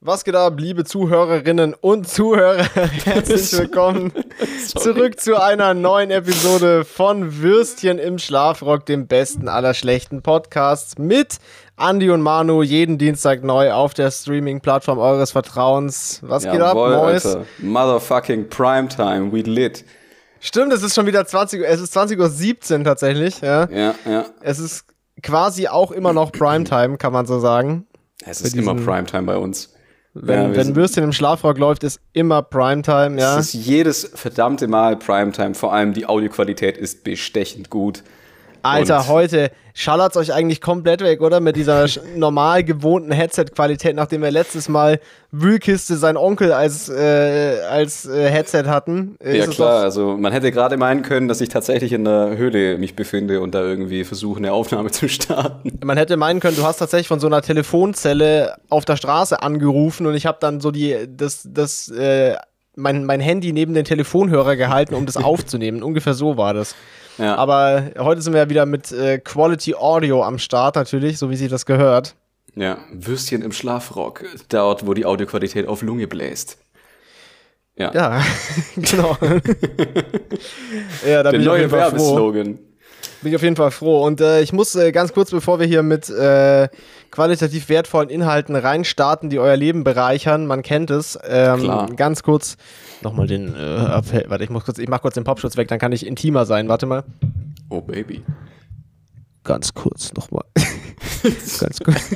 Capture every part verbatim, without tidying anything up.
Was geht ab, liebe Zuhörerinnen und Zuhörer? Herzlich willkommen zurück zu einer neuen Episode von Würstchen im Schlafrock, dem besten aller schlechten Podcasts mit Andi und Manu, jeden Dienstag neu auf der Streaming-Plattform eures Vertrauens. Was geht Jawohl, ab, Mois? Alter. Motherfucking Primetime, we lit. Stimmt, es ist schon wieder zwanzig Uhr, es ist zwanzig Uhr siebzehn tatsächlich, ja. Ja, ja. Es ist quasi auch immer noch Primetime, kann man so sagen. Es ist immer Primetime bei uns. Wenn, ja, wenn Würstchen im Schlafrock läuft, ist immer Primetime, ja. Es ist jedes verdammte Mal Primetime, vor allem die Audioqualität ist bestechend gut. Alter, Und heute schallert's euch eigentlich komplett weg, oder? Mit dieser normal gewohnten Headset-Qualität, nachdem wir letztes Mal Wühlkiste sein Onkel als, äh, als äh, Headset hatten. Ist ja es klar, doch, also man hätte gerade meinen können, dass ich tatsächlich in der Höhle mich befinde und da irgendwie versuche, eine Aufnahme zu starten. man hätte meinen können, du hast tatsächlich von so einer Telefonzelle auf der Straße angerufen und ich habe dann so die, das, das, äh, mein, mein Handy neben den Telefonhörer gehalten, um das aufzunehmen. Ungefähr so war das. Ja. Aber heute sind wir ja wieder mit äh, Quality Audio am Start natürlich, so wie sich das gehört. Ja, Würstchen im Schlafrock, dort, wo die Audioqualität auf Lunge bläst. Ja, Ja, genau. ja, da der bin ich auf neue jeden Fall froh. Werbeslogan. Bin ich auf jeden Fall froh. Und äh, ich muss äh, ganz kurz, bevor wir hier mit äh, qualitativ wertvollen Inhalten reinstarten, die euer Leben bereichern, man kennt es, ähm, Klar. ganz kurz nochmal den äh, Appell. Warte, ich muss kurz, ich mach kurz den Popschutz weg, dann kann ich intimer sein. Warte mal. Oh, Baby. Ganz kurz nochmal. ganz kurz.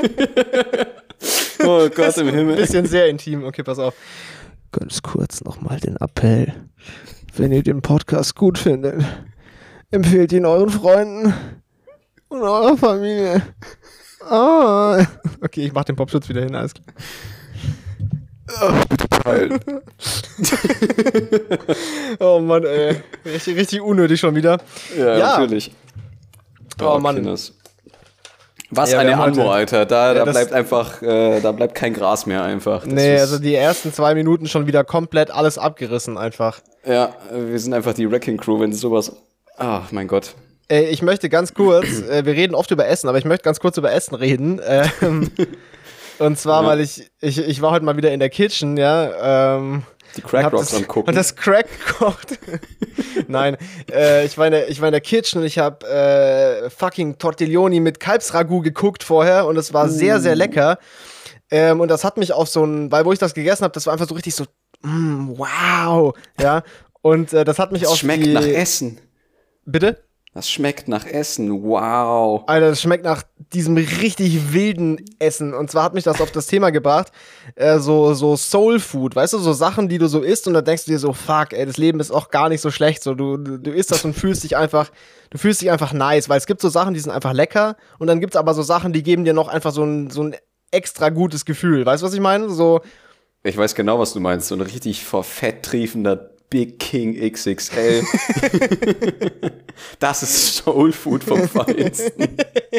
Oh Gott im Ein Himmel. bisschen sehr intim. Okay, pass auf. Ganz kurz nochmal den Appell. Wenn ihr den Podcast gut findet, empfehlt ihn euren Freunden und eurer Familie. Ah. Okay, ich mach den Popschutz wieder hin, alles klar. Oh Mann, ey. Richtig, richtig unnötig schon wieder. Ja, Ja. natürlich. Oh, Mann. Kinders. Was Ja, wir eine haben heute- Anmo, Alter. Da, Ja, da das- bleibt einfach, äh, da bleibt kein Gras mehr einfach. Das Nee, ist, also die ersten zwei Minuten schon wieder komplett alles abgerissen einfach. ja, wir sind einfach die Wrecking Crew, wenn sowas. Ach, mein Gott. Ey, ich möchte ganz kurz, äh, wir reden oft über Essen, aber ich möchte ganz kurz über Essen reden. Ähm, und zwar, Ja. weil ich, ich, ich war heute mal wieder in der Kitchen, ja. Ähm, Die Crack hab Rocks das, angucken. Und das Crack gekocht. Nein, äh, ich, war in der, ich war in der Kitchen und ich habe äh, fucking Tortelloni mit Kalbsragout geguckt vorher und es war sehr, sehr lecker. Ähm, und das hat mich auf so ein, weil wo ich das gegessen habe, das war einfach so richtig so, mm, wow, ja. Und äh, das hat mich Das auf schmeckt die... nach Essen. Bitte? Das schmeckt nach Essen. Wow. Alter, das schmeckt nach diesem richtig wilden Essen. Und zwar hat mich das auf das Thema gebracht, äh, so, so Soul Food, weißt du, so Sachen, die du so isst und dann denkst du dir so, fuck, ey, das Leben ist auch gar nicht so schlecht. So, du, du, du isst das und fühlst dich einfach, du fühlst dich einfach nice, weil es gibt so Sachen, die sind einfach lecker und dann gibt's aber so Sachen, die geben dir noch einfach so ein, so ein extra gutes Gefühl. Weißt du, was ich meine? So, Ich weiß genau, was du meinst. So ein richtig vor Fett triefender Big King X X L. Das ist Soul Food vom Feinsten.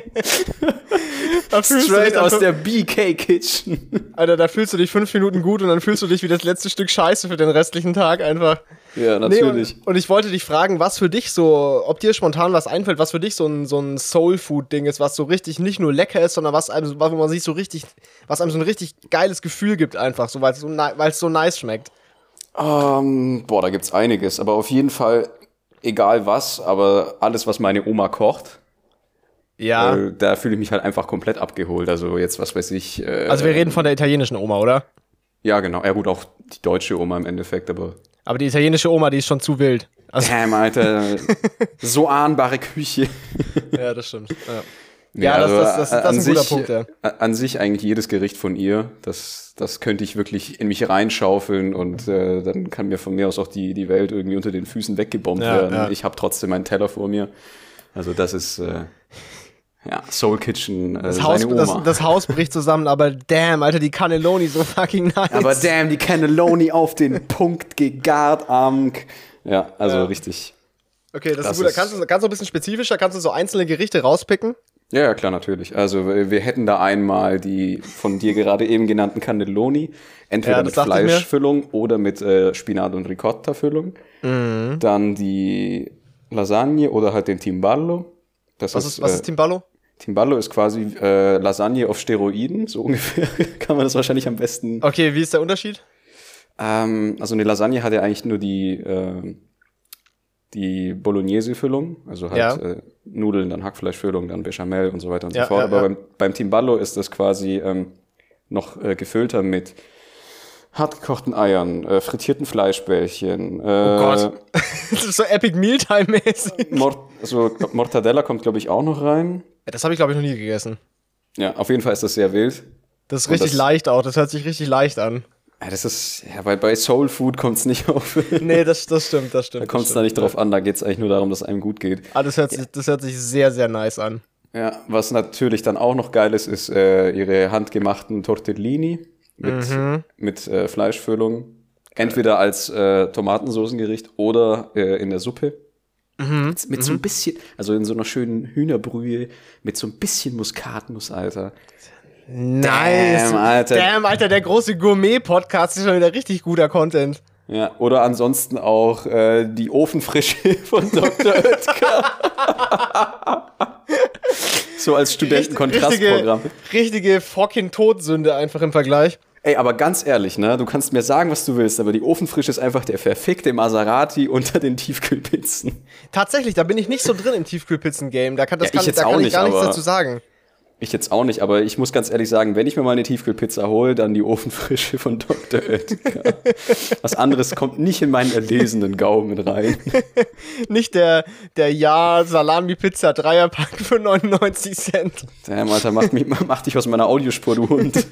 da fühlst du Straight dich aus einfach- der B K Kitchen. Alter, da fühlst du dich fünf Minuten gut und dann fühlst du dich wie das letzte Stück Scheiße für den restlichen Tag einfach. Ja, Nee, natürlich. und, und ich wollte dich fragen, was für dich so, ob dir spontan was einfällt, was für dich so ein, so ein Soul-Food-Ding ist, was so richtig nicht nur lecker ist, sondern was einem, wo man sich so richtig, was einem so ein richtig geiles Gefühl gibt einfach, so, weil es so, ni- weil's so nice schmeckt. Ähm, boah, da gibt's einiges. Aber auf jeden Fall, egal was, aber alles, was meine Oma kocht, Ja. äh, da fühle ich mich halt einfach komplett abgeholt. Also jetzt, was weiß ich. Äh, Also wir reden von der italienischen Oma, oder? Ja, genau. Ja gut, auch die deutsche Oma im Endeffekt, aber... Aber die italienische Oma, die ist schon zu wild. Also, Damn, Alter. So ahnbare Küche. ja, das stimmt. Ja, ja das, also das, das, das an ist ein guter sich, Punkt, ja. An sich eigentlich jedes Gericht von ihr, das, das könnte ich wirklich in mich reinschaufeln und äh, dann kann mir von mir aus auch die, die Welt irgendwie unter den Füßen weggebombt Ja, werden. ja. Ich habe trotzdem meinen Teller vor mir. Also das ist äh, ja Soul Kitchen, äh, Das seine Haus, Oma. das, das Haus bricht zusammen, aber damn, Alter, die Cannelloni so fucking nice. Aber damn, die Cannelloni auf den Punkt gegart am... K- Ja, also Ja. richtig. Okay, das, Das ist gut. ist- Kannst du, kannst du ein bisschen spezifischer, kannst du so einzelne Gerichte rauspicken? Ja, ja, klar, natürlich. Also wir wir hätten da einmal die von dir gerade eben genannten Cannelloni, entweder Ja, mit das dachte ich mir. Fleischfüllung oder mit äh, Spinat- und Ricotta-Füllung. Mhm. Dann die Lasagne oder halt den Timballo. Das Was ist, was äh, ist Timballo? Timballo ist quasi äh, Lasagne auf Steroiden, so ungefähr kann man das wahrscheinlich am besten. Okay, wie ist der Unterschied? Ähm, also eine Lasagne hat ja eigentlich nur die, äh, die Bolognese-Füllung, also halt Ja. äh, Nudeln, dann Hackfleischfüllung, dann Bechamel und so weiter und Ja, so fort. ja, Aber ja. Beim, beim Timballo ist das quasi ähm, noch äh, gefüllter mit hartgekochten Eiern, äh, frittierten Fleischbällchen. Äh, Oh Gott. Das ist so Epic Mealtime-mäßig. Mort also Mortadella kommt, glaube ich, auch noch rein. Das habe ich, glaube ich, noch nie gegessen. Ja, auf jeden Fall ist das sehr wild. Das ist Und richtig das- leicht auch. Das hört sich richtig leicht an. Ja, das ist, ja, bei, bei Soul Food kommt es nicht auf. Nee, das, das stimmt, das stimmt. Da kommt es das da stimmt. nicht drauf an, da geht es eigentlich nur darum, dass es einem gut geht. Ah, das hört, sich, das hört sich sehr, sehr nice an. Ja, was natürlich dann auch noch geil ist, ist äh, ihre handgemachten Tortellini mit, Mhm. mit äh, Fleischfüllung. Entweder als äh, Tomatensoßengericht oder äh, in der Suppe. Mhm. Mit, mit so ein bisschen, also in so einer schönen Hühnerbrühe, mit so ein bisschen Muskatnuss, Alter. Nice. Damn, Alter. Damn, Alter, der große Gourmet-Podcast ist schon wieder richtig guter Content. Ja, oder ansonsten auch äh, die Ofenfrische von Doktor Oetker. So als Studentenkontrastprogramm. Richtige, richtige fucking Todsünde einfach im Vergleich. Ey, aber ganz ehrlich, ne, du kannst mir sagen, was du willst, aber die Ofenfrische ist einfach der verfickte Maserati unter den Tiefkühlpizzen. Tatsächlich, da bin ich nicht so drin im Tiefkühlpizzen-Game. Da kann, das Ja, ich kann, jetzt da auch kann ich nicht, gar nichts aber- dazu sagen. Ich jetzt auch nicht, aber ich muss ganz ehrlich sagen, wenn ich mir mal eine Tiefkühlpizza hole, dann die Ofenfrische von Doktor Oetker. Was anderes kommt nicht in meinen erlesenen Gaumen rein. Nicht der, der Ja Salami-Pizza Dreierpack für neunundneunzig Cent. Damn, Alter, mach, mich, mach dich aus meiner Audiospur, du Hund.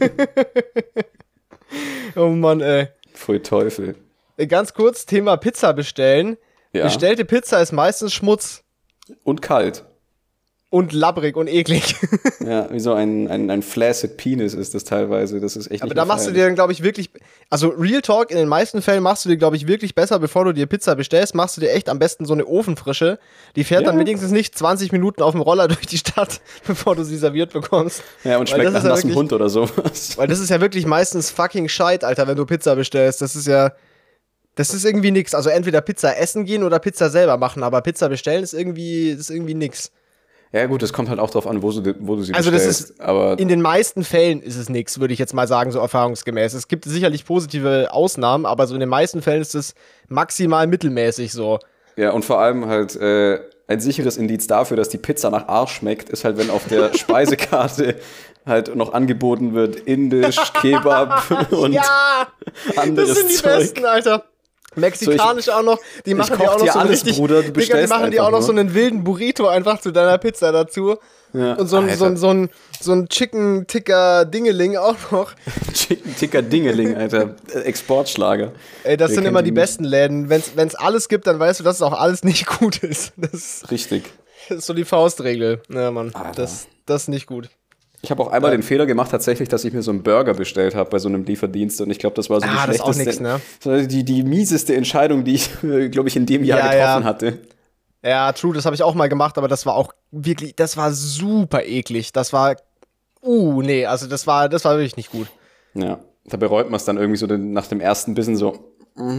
Oh Mann, ey. Pfui Teufel. Ganz kurz, Thema Pizza bestellen. Ja. Bestellte Pizza ist meistens Schmutz Und kalt. und labbrig und eklig. Ja, wie so ein, ein, ein flaccid Penis ist das teilweise. Das ist echt Aber nicht da mehr machst du dir feierlich. dann, glaube ich, wirklich, also Real Talk, in den meisten Fällen machst du dir, glaube ich, wirklich besser, bevor du dir Pizza bestellst, machst du dir echt am besten so eine Ofenfrische. Die fährt Ja. dann wenigstens nicht zwanzig Minuten auf dem Roller durch die Stadt, bevor du sie serviert bekommst. Ja, und Weil schmeckt das nach ist ja nassem wirklich- Hund oder sowas. Weil das ist ja wirklich meistens fucking Scheit, Alter, wenn du Pizza bestellst. Das ist ja, das ist irgendwie nix. Also entweder Pizza essen gehen oder Pizza selber machen, aber Pizza bestellen ist irgendwie, ist irgendwie nix. Ja gut, es kommt halt auch drauf an, wo du, wo du sie Also das bestellst. ist, aber in den meisten Fällen ist es nix, würde ich jetzt mal sagen, so erfahrungsgemäß. Es gibt sicherlich positive Ausnahmen, aber so in den meisten Fällen ist es maximal mittelmäßig so. ja, und vor allem halt äh, ein sicheres Indiz dafür, dass die Pizza nach Arsch schmeckt, ist halt, wenn auf der Speisekarte halt noch angeboten wird Indisch, Kebab und Ja, anderes das sind die Zeug. besten, Alter. Mexikanisch auch noch, die machen koch dir auch noch dir so einen alles, richtig, Bruder, du Digga, die bestellst machen dir auch einfach noch so nur. einen wilden Burrito einfach zu deiner Pizza dazu. Ja, Und so ein, so ein, so ein, so ein Chicken Ticker Dingeling auch noch. Chicken Ticker Dingeling, Alter. Äh, Exportschlager. Ey, das Wer sind kennt immer die ihn besten Läden. Wenn's, wenn's alles gibt, dann weißt du, dass es auch alles nicht gut ist. Das nicht? Richtig. ist so die Faustregel. Ja, Mann. Alter. Das, das ist nicht gut. Ich habe auch einmal den Fehler gemacht, tatsächlich, dass ich mir so einen Burger bestellt habe bei so einem Lieferdienst und ich glaube, das war so die Ah, das ist auch schlechteste, nix, ne? so die, die mieseste Entscheidung, die ich, glaube ich, in dem Jahr Ja, getroffen ja. hatte. Ja, true, das habe ich auch mal gemacht, aber das war auch wirklich, das war super eklig. Das war, uh, nee, also das war, das war wirklich nicht gut. Ja, da bereut man es dann irgendwie so den, nach dem ersten Bissen so.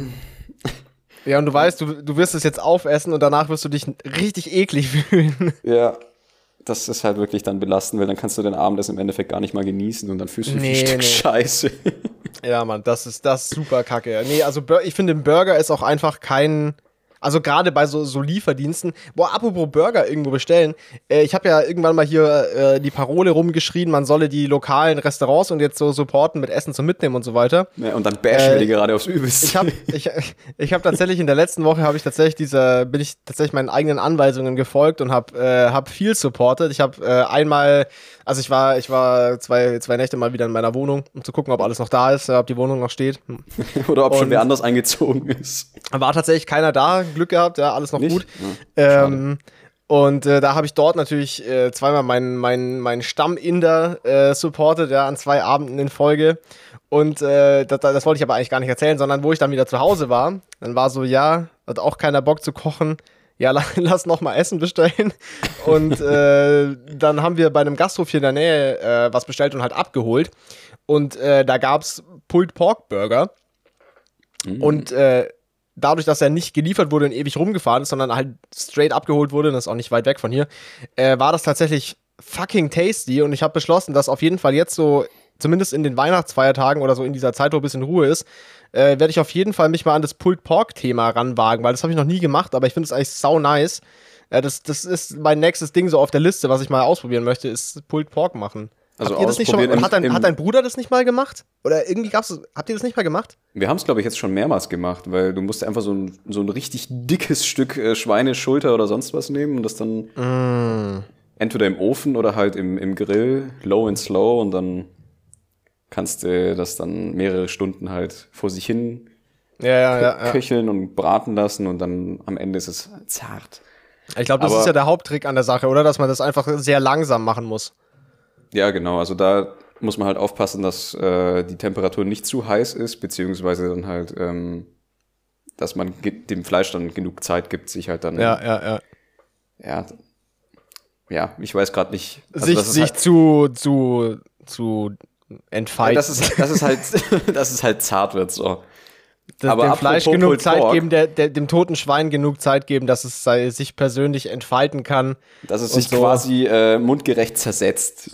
Ja, und du weißt, du, du wirst es jetzt aufessen und danach wirst du dich richtig eklig fühlen. Ja, das ist halt wirklich dann belastend, weil dann kannst du den Abendessen im Endeffekt gar nicht mal genießen und dann fühlst du dich Nee, wie ein Stück nee. Scheiße. Ja, Mann, das ist, das ist super kacke. Nee, also Bur- ich finde, ein Burger ist auch einfach kein. Also gerade bei so, so Lieferdiensten. Boah, apropos Burger irgendwo bestellen. Äh, ich habe ja irgendwann mal hier äh, die Parole rumgeschrien, man solle die lokalen Restaurants und jetzt so supporten mit Essen zum Mitnehmen und so weiter. Ja, und dann bashen Äh, wir die gerade aufs Übelste. Ich habe ich, ich hab tatsächlich in der letzten Woche habe ich tatsächlich dieser bin ich tatsächlich meinen eigenen Anweisungen gefolgt und habe äh, hab viel supportet. Ich habe äh, einmal, also ich war ich war zwei, zwei Nächte mal wieder in meiner Wohnung, um zu gucken, ob alles noch da ist, äh, ob die Wohnung noch steht. Hm. Oder ob schon und- wer anders eingezogen ist. War tatsächlich keiner da, Glück gehabt, ja, alles noch Nicht? gut. Ja, ähm, und äh, da habe ich dort natürlich äh, zweimal meinen mein, mein Stamm-Inder äh, supportet, ja, an zwei Abenden in Folge. Und äh, das, das wollte ich aber eigentlich gar nicht erzählen, sondern wo ich dann wieder zu Hause war, dann war so, ja, hat auch keiner Bock zu kochen. Ja, la- lass noch mal Essen bestellen. Und äh, dann haben wir bei einem Gasthof hier in der Nähe äh, was bestellt und halt abgeholt. Und äh, da gab's Pulled Pork Burger. Und äh, dadurch, dass er nicht geliefert wurde und ewig rumgefahren ist, sondern halt straight abgeholt wurde, das ist auch nicht weit weg von hier, äh, war das tatsächlich fucking tasty und ich habe beschlossen, dass auf jeden Fall jetzt so, zumindest in den Weihnachtsfeiertagen oder so in dieser Zeit, wo ein bisschen Ruhe ist, äh, werde ich auf jeden Fall mich mal an das Pulled Pork-Thema ranwagen, weil das habe ich noch nie gemacht, aber ich finde es eigentlich sau nice. Äh, das, das ist mein nächstes Ding so auf der Liste, was ich mal ausprobieren möchte, ist Pulled Pork machen. Also habt ihr das nicht schon mal, im, hat, dein, im, hat dein Bruder das nicht mal gemacht? Oder irgendwie gab's, habt ihr das nicht mal gemacht? Wir haben es, glaube ich, jetzt schon mehrmals gemacht, weil du musst einfach so ein, so ein richtig dickes Stück äh, Schweineschulter oder sonst was nehmen und das dann mm. entweder im Ofen oder halt im, im Grill, low and slow, und dann kannst du das dann mehrere Stunden halt vor sich hin ja, ja, ja, ja. köcheln und braten lassen und dann am Ende ist es zart. Ich glaube, das Aber, ist ja der Haupttrick an der Sache, oder? Dass man das einfach sehr langsam machen muss. Ja, genau. Also da muss man halt aufpassen, dass äh, die Temperatur nicht zu heiß ist, beziehungsweise dann halt, ähm, dass man ge- dem Fleisch dann genug Zeit gibt, sich halt dann... Ja, ja, ja. Ja, ja ich weiß gerade nicht... Also sich das ist sich halt, zu, zu, zu entfalten. Ja, das ist, das ist halt, dass es halt zart wird, so. Das, Aber dem Fleisch genug Pulled Zeit Pork, geben, der, der, dem toten Schwein genug Zeit geben, dass es sei, sich persönlich entfalten kann. Dass es sich so. quasi äh, mundgerecht zersetzt.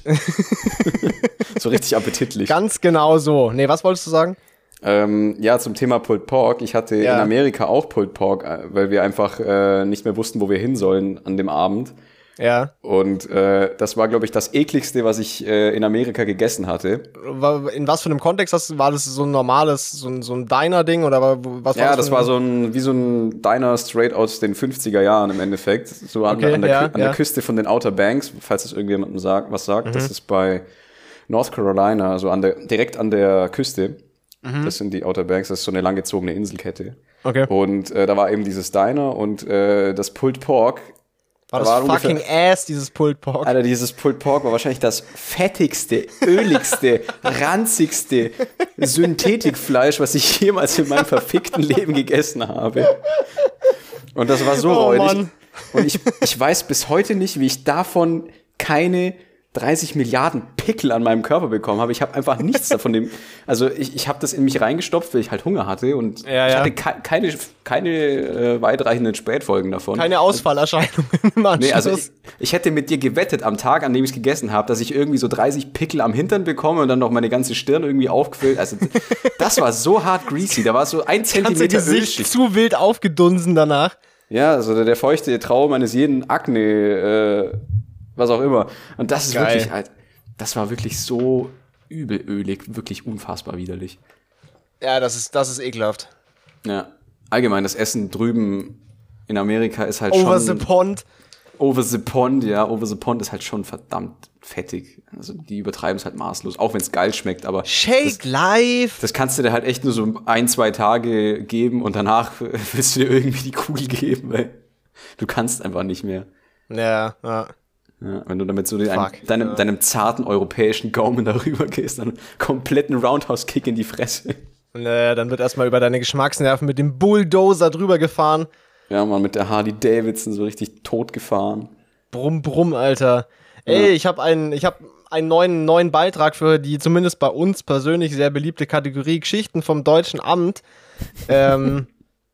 So richtig appetitlich. Ganz genau so. Nee, was wolltest du sagen? Ähm, ja, zum Thema Pulled Pork. Ich hatte ja. in Amerika auch Pulled Pork, weil wir einfach äh, nicht mehr wussten, wo wir hin sollen an dem Abend. Ja. Und äh, das war, glaube ich, das ekligste, was ich äh, in Amerika gegessen hatte. In was für einem Kontext hast, war das so ein normales, so ein, so ein Diner-Ding oder was war Ja, das? das war so ein, wie so ein Diner straight aus den fünfziger Jahren im Endeffekt. So an, okay, an, der, ja, an ja. der Küste von den Outer Banks, falls es irgendjemandem sagt, was sagt. Mhm. Das ist bei North Carolina, also an der, direkt an der Küste. Mhm. Das sind die Outer Banks, das ist so eine langgezogene Inselkette. Okay. Und äh, da war eben dieses Diner und äh, das Pulled Pork. War das war fucking ungefähr, Ass, dieses Pulled Pork? Alter, dieses Pulled Pork war wahrscheinlich das fettigste, öligste, ranzigste Synthetikfleisch, was ich jemals in meinem verfickten Leben gegessen habe. Und das war so oh, räudig. Und ich, ich weiß bis heute nicht, wie ich davon keine dreißig Milliarden Pickel an meinem Körper bekommen habe. Ich habe einfach nichts davon. Dem, also ich, ich habe das in mich reingestopft, weil ich halt Hunger hatte und ja, ich ja. hatte ke- keine, keine äh, weitreichenden Spätfolgen davon. Keine Ausfallerscheinungen im Anschluss. Nee, also ich, ich hätte mit dir gewettet am Tag, an dem ich es gegessen habe, dass ich irgendwie so dreißig Pickel am Hintern bekomme und dann noch meine ganze Stirn irgendwie aufgefüllt. Also das war so hart greasy. Da war so ein Zentimeter Ölschicht. Zu wild aufgedunsen danach. Ja, also der, der feuchte Traum eines jeden Akne, äh, was auch immer. Und das ist Geil. wirklich halt, das war wirklich so übelölig, wirklich unfassbar widerlich. Ja, das ist, das ist ekelhaft. Ja, allgemein, das Essen drüben in Amerika ist halt over schon... Over the pond. Over the pond, ja, over the pond ist halt schon verdammt fettig. Also die übertreiben es halt maßlos, auch wenn es geil schmeckt, aber... Shake das, life! Das kannst du dir halt echt nur so ein, zwei Tage geben und danach willst du dir irgendwie die Kugel geben, weil du kannst einfach nicht mehr. Ja, ja. Ja, wenn du damit so den, einen, deinem, ja. deinem zarten europäischen Gaumen darüber gehst, dann kompletten Roundhouse-Kick in die Fresse. Naja, dann wird erstmal über deine Geschmacksnerven mit dem Bulldozer drüber gefahren. Ja, man, mit der Harley Davidson so richtig tot gefahren. Brumm, brumm, Alter. Ja. Ey, ich habe einen, ich hab einen neuen, neuen Beitrag für die zumindest bei uns persönlich sehr beliebte Kategorie Geschichten vom Deutschen Amt. ähm,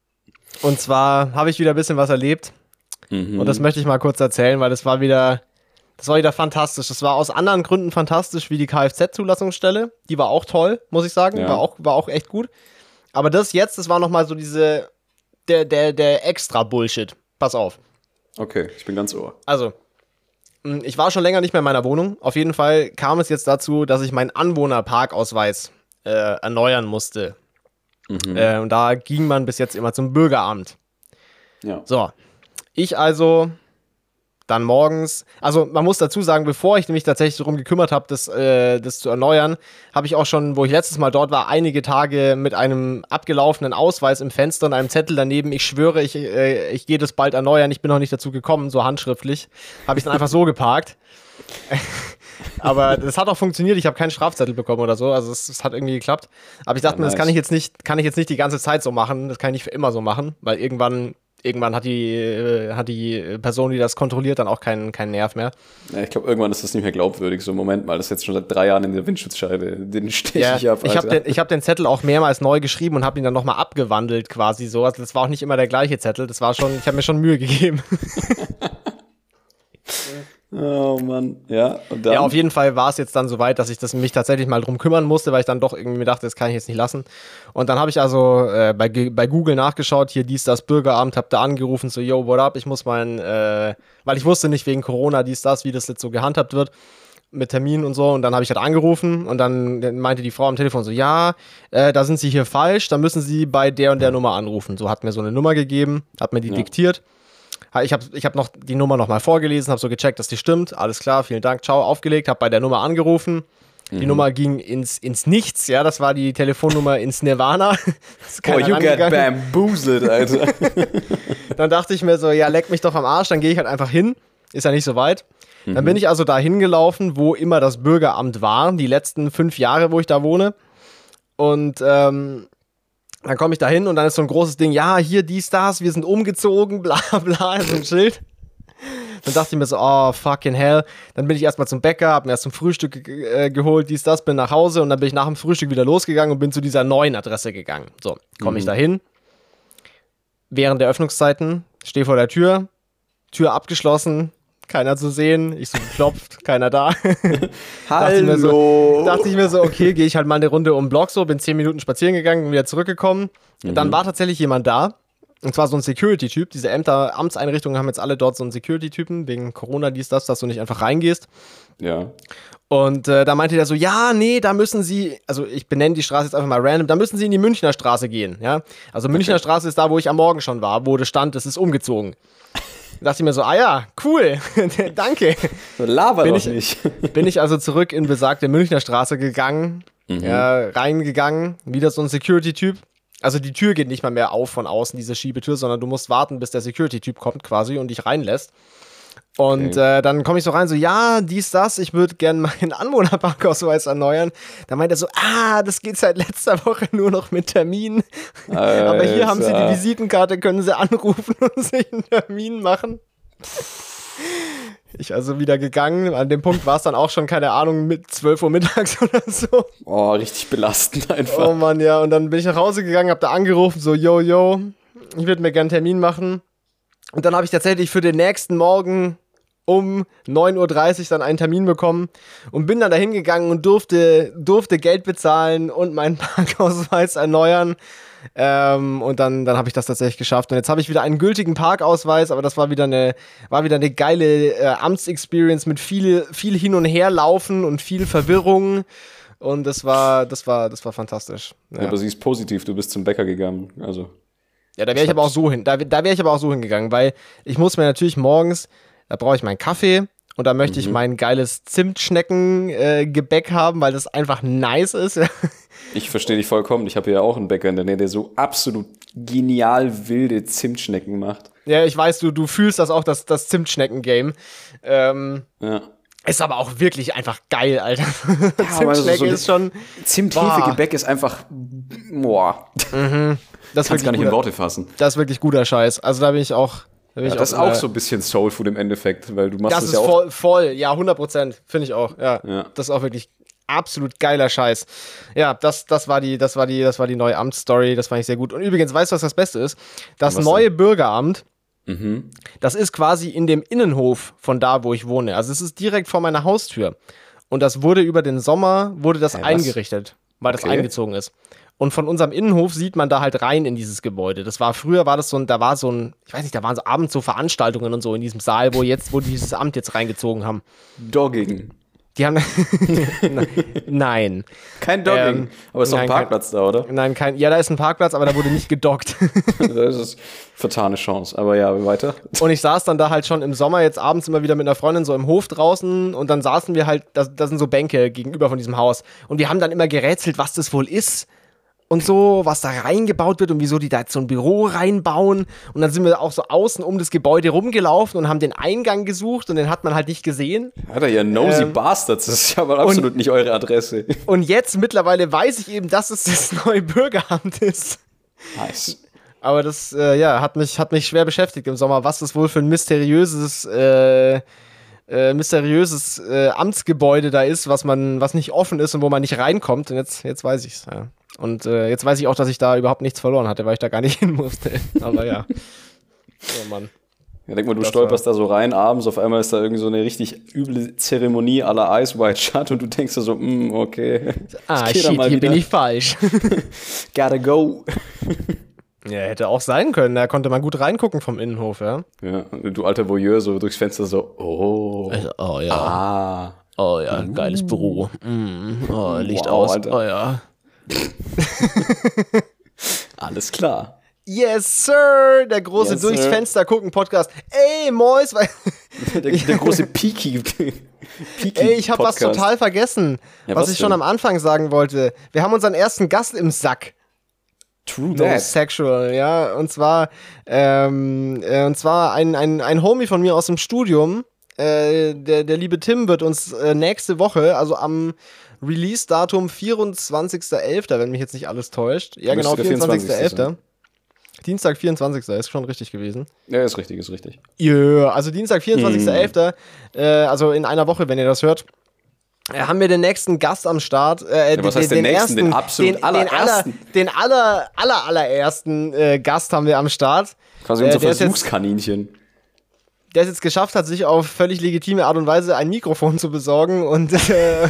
und zwar habe ich wieder ein bisschen was erlebt. Mhm. Und das möchte ich mal kurz erzählen, weil das war wieder... Das war wieder fantastisch. Das war aus anderen Gründen fantastisch wie die Kfz-Zulassungsstelle. Die war auch toll, muss ich sagen. Ja. War auch, war auch echt gut. Aber das jetzt, das war nochmal so diese, der, der, der extra Bullshit. Pass auf. Okay, ich bin ganz ohr. Also, ich war schon länger nicht mehr in meiner Wohnung. Auf jeden Fall kam es jetzt dazu, dass ich meinen Anwohnerparkausweis äh, erneuern musste. Mhm. Äh, und da ging man bis jetzt immer zum Bürgeramt. Ja. So, ich also... Dann morgens, also man muss dazu sagen, bevor ich mich tatsächlich darum gekümmert habe, das, äh, das zu erneuern, habe ich auch schon, wo ich letztes Mal dort war, einige Tage mit einem abgelaufenen Ausweis im Fenster und einem Zettel daneben, ich schwöre, ich, äh, ich gehe das bald erneuern, ich bin noch nicht dazu gekommen, so handschriftlich, habe ich dann einfach so geparkt. Aber das hat auch funktioniert, ich habe keinen Strafzettel bekommen oder so, also es, es hat irgendwie geklappt. Aber ich dachte ja, mir, nice. das kann ich jetzt nicht, kann ich jetzt nicht die ganze Zeit so machen, das kann ich nicht für immer so machen, weil irgendwann... Irgendwann hat die, äh, hat die Person, die das kontrolliert, dann auch keinen, keinen Nerv mehr. Ja, ich glaube, irgendwann ist das nicht mehr glaubwürdig. So, Moment mal, das ist jetzt schon seit drei Jahren in der Windschutzscheibe. Den steche ja, ich ab. Ich habe den, ich hab den Zettel auch mehrmals neu geschrieben und habe ihn dann nochmal abgewandelt quasi so. Also das war auch nicht immer der gleiche Zettel. Das war schon, ich habe mir schon Mühe gegeben. Oh Mann, ja. Und dann? Ja, auf jeden Fall war es jetzt dann soweit, dass ich das mich tatsächlich mal drum kümmern musste, weil ich dann doch irgendwie mir dachte, das kann ich jetzt nicht lassen. Und dann habe ich also äh, bei, bei Google nachgeschaut, hier dies, das Bürgeramt, hab da angerufen, so, yo, what up, ich muss mein, äh, weil ich wusste nicht wegen Corona, dies, das, wie das jetzt so gehandhabt wird, mit Terminen und so. Und dann habe ich halt angerufen und dann meinte die Frau am Telefon so, ja, äh, da sind Sie hier falsch, da müssen Sie bei der und der Nummer anrufen. So hat mir so eine Nummer gegeben, hat mir die ja. diktiert. Ich habe ich hab noch die Nummer nochmal vorgelesen, habe so gecheckt, dass die stimmt. Alles klar, vielen Dank, ciao, aufgelegt, habe bei der Nummer angerufen. Die mhm. Nummer ging ins, ins Nichts, ja, das war die Telefonnummer ins Nirvana. Oh, you get bamboozled, Alter. Dann dachte ich mir so, ja, leck mich doch am Arsch, dann gehe ich halt einfach hin. Ist ja nicht so weit. Mhm. Dann bin ich also da hingelaufen, wo immer das Bürgeramt war, die letzten fünf Jahre, wo ich da wohne. Und, ähm, dann komme ich da hin und dann ist so ein großes Ding, ja, hier, dies, das, wir sind umgezogen, bla, bla, so ein Schild. Dann dachte ich mir so, oh, fucking hell. Dann bin ich erstmal zum Bäcker, hab mir erst zum Frühstück äh, geholt, dies, das, bin nach Hause und dann bin ich nach dem Frühstück wieder losgegangen und bin zu dieser neuen Adresse gegangen. So, komme mhm. ich da hin. Während der Öffnungszeiten, stehe vor der Tür, Tür abgeschlossen, keiner zu sehen, ich so geklopft, keiner da. Hallo! dachte, ich mir so, dachte ich mir so, okay, gehe ich halt mal eine Runde um den Block so, bin zehn Minuten spazieren gegangen, bin wieder zurückgekommen. Mhm. Dann war tatsächlich jemand da, und zwar so ein Security-Typ. Diese Ämter, Amtseinrichtungen haben jetzt alle dort so einen Security-Typen, wegen Corona, dies, das, dass du nicht einfach reingehst. Ja. Und äh, da meinte der so, ja, nee, da müssen Sie, also ich benenne die Straße jetzt einfach mal random, da müssen Sie in die Münchner Straße gehen, ja. Also Münchner okay. Straße ist da, wo ich am Morgen schon war, wo das stand, es ist umgezogen. Da dachte ich mir so, ah ja, cool, danke. So laber bin doch ich, nicht. Bin ich also zurück in besagte Münchner Straße gegangen, mhm. ja, reingegangen, wieder so ein Security-Typ. Also die Tür geht nicht mal mehr auf von außen, diese Schiebetür, sondern du musst warten, bis der Security-Typ kommt quasi und dich reinlässt. Und okay. äh, dann komme ich so rein, so, ja, dies, das, ich würde gerne meinen Anwohnerparkausweis erneuern. Da meint er so, ah, das geht seit letzter Woche nur noch mit Termin. Alter. Aber hier haben Sie die Visitenkarte, können Sie anrufen und sich einen Termin machen. Ich also wieder gegangen. An dem Punkt war es dann auch schon, keine Ahnung, mit zwölf Uhr mittags oder so. Oh, richtig belastend einfach. Oh Mann, ja. Und dann bin ich nach Hause gegangen, hab da angerufen, so, yo, yo, ich würde mir gerne einen Termin machen. Und dann habe ich tatsächlich für den nächsten Morgen um neun Uhr dreißig dann einen Termin bekommen und bin dann da hingegangen und durfte, durfte Geld bezahlen und meinen Parkausweis erneuern. Ähm, und dann, dann habe ich das tatsächlich geschafft. Und jetzt habe ich wieder einen gültigen Parkausweis, aber das war wieder eine, war wieder eine geile äh, Amtsexperience mit viel, viel Hin- und Herlaufen und viel Verwirrung. Und das war, das war, das war fantastisch. Ja. Ja, aber sie ist positiv, du bist zum Bäcker gegangen. Also. Ja, da wäre ich aber auch so hin, da, da wäre ich aber auch so hingegangen, weil ich muss mir natürlich morgens, da brauche ich meinen Kaffee und da möchte mhm. ich mein geiles Zimtschnecken-Gebäck äh, haben, weil das einfach nice ist. Ich verstehe dich vollkommen. Ich habe hier ja auch einen Bäcker in der Nähe, der so absolut genial wilde Zimtschnecken macht. Ja, ich weiß, du, du fühlst das auch, das, das Zimtschnecken-Game. Ähm, ja. Ist aber auch wirklich einfach geil, Alter. Ja, Zimtschnecke so ist schon... Zimthefe-Gebäck ist einfach... Boah. Mhm. Das kannst gar nicht guter, in Worte fassen. Das ist wirklich guter Scheiß. Also da bin ich auch... Da bin ja, ich das auch, ist auch so ein bisschen Soulfood im Endeffekt, weil du machst das es ist ja auch... Voll, voll, ja, hundert Prozent. Finde ich auch, ja. ja. Das ist auch wirklich absolut geiler Scheiß. Ja, das, das war die, das war die, das war die neue Amtsstory. Das fand ich sehr gut. Und übrigens, weißt du, was das Beste ist? Das was neue denn? Bürgeramt, mhm. das ist quasi in dem Innenhof von da, wo ich wohne. Also es ist direkt vor meiner Haustür. Und das wurde über den Sommer, wurde das hey, eingerichtet, weil okay. das eingezogen ist. Und von unserem Innenhof sieht man da halt rein in dieses Gebäude. Das war, früher war das so ein, da war so ein, ich weiß nicht, da waren so abends so Veranstaltungen und so in diesem Saal, wo jetzt, wo die dieses Amt jetzt reingezogen haben. Dogging. Die haben, nein. Kein Dogging, ähm, aber ist doch ein Parkplatz kein, da, oder? Nein, kein, ja, da ist ein Parkplatz, aber da wurde nicht gedockt. Das ist vertane Chance, aber ja, weiter. Und ich saß dann da halt schon im Sommer jetzt abends immer wieder mit einer Freundin so im Hof draußen und dann saßen wir halt, da, da sind so Bänke gegenüber von diesem Haus und wir haben dann immer gerätselt, was das wohl ist. Und so, was da reingebaut wird und wieso die da jetzt so ein Büro reinbauen. Und dann sind wir auch so außen um das Gebäude rumgelaufen und haben den Eingang gesucht und den hat man halt nicht gesehen. Alter, ja, nosy ähm, Bastards, das ist ja aber absolut und, nicht eure Adresse. Und jetzt mittlerweile weiß ich eben, dass es das neue Bürgeramt ist. Nice. Aber das, äh, ja, hat mich, hat mich schwer beschäftigt im Sommer, was das wohl für ein mysteriöses, äh, äh, mysteriöses äh, Amtsgebäude da ist, was man, was nicht offen ist und wo man nicht reinkommt. Und jetzt, jetzt weiß ich's, ja. Und äh, jetzt weiß ich auch, dass ich da überhaupt nichts verloren hatte, weil ich da gar nicht hin musste. Aber ja. Oh Mann. Ja, denk mal, du Das stolperst da so rein abends, auf einmal ist da irgendwie so eine richtig üble Zeremonie à la Ice White Shut und du denkst dir so, mm, okay. Ah, ich geh da shit, mal hier wieder. bin ich falsch. Gotta go. Ja, hätte auch sein können. Da konnte man gut reingucken vom Innenhof, ja. Ja, du alter Voyeur, so durchs Fenster so, oh. Also, oh ja. Ah. Oh ja, geiles Büro. Mm, oh, Licht Wow, aus. Alter. Oh ja. Alles klar. Yes, Sir! Der große Yes, Durchs sir. Fenster gucken Podcast. Ey, Mois, weil. Der, der große Peaky. Peaky Ey, ich habe was Podcast. total vergessen, Ja, was was ich schon denn? am Anfang sagen wollte. Wir haben unseren ersten Gast im Sack. True No that. sexual, ja. Und zwar, ähm, äh, und zwar ein, ein, ein Homie von mir aus dem Studium. Äh, der, der liebe Tim wird uns äh, nächste Woche, also am Release-Datum vierundzwanzigster elfter, wenn mich jetzt nicht alles täuscht. Ja, Müsste genau, der vierundzwanzigster vierundzwanzigste elfter Dienstag, vierundzwanzigster ist schon richtig gewesen. Ja, ist richtig, ist richtig. Ja, yeah, also Dienstag, vierundzwanzigster elfter Äh, also in einer Woche, wenn ihr das hört. Äh, haben wir den nächsten Gast am Start. Äh, Ja, was heißt den nächsten? Den absolut den, allerersten? Den, aller, den aller, aller, allerersten äh, Gast haben wir am Start. Quasi Äh, unser der ist jetzt- Versuchskaninchen. Der es jetzt geschafft hat, sich auf völlig legitime Art und Weise ein Mikrofon zu besorgen und äh,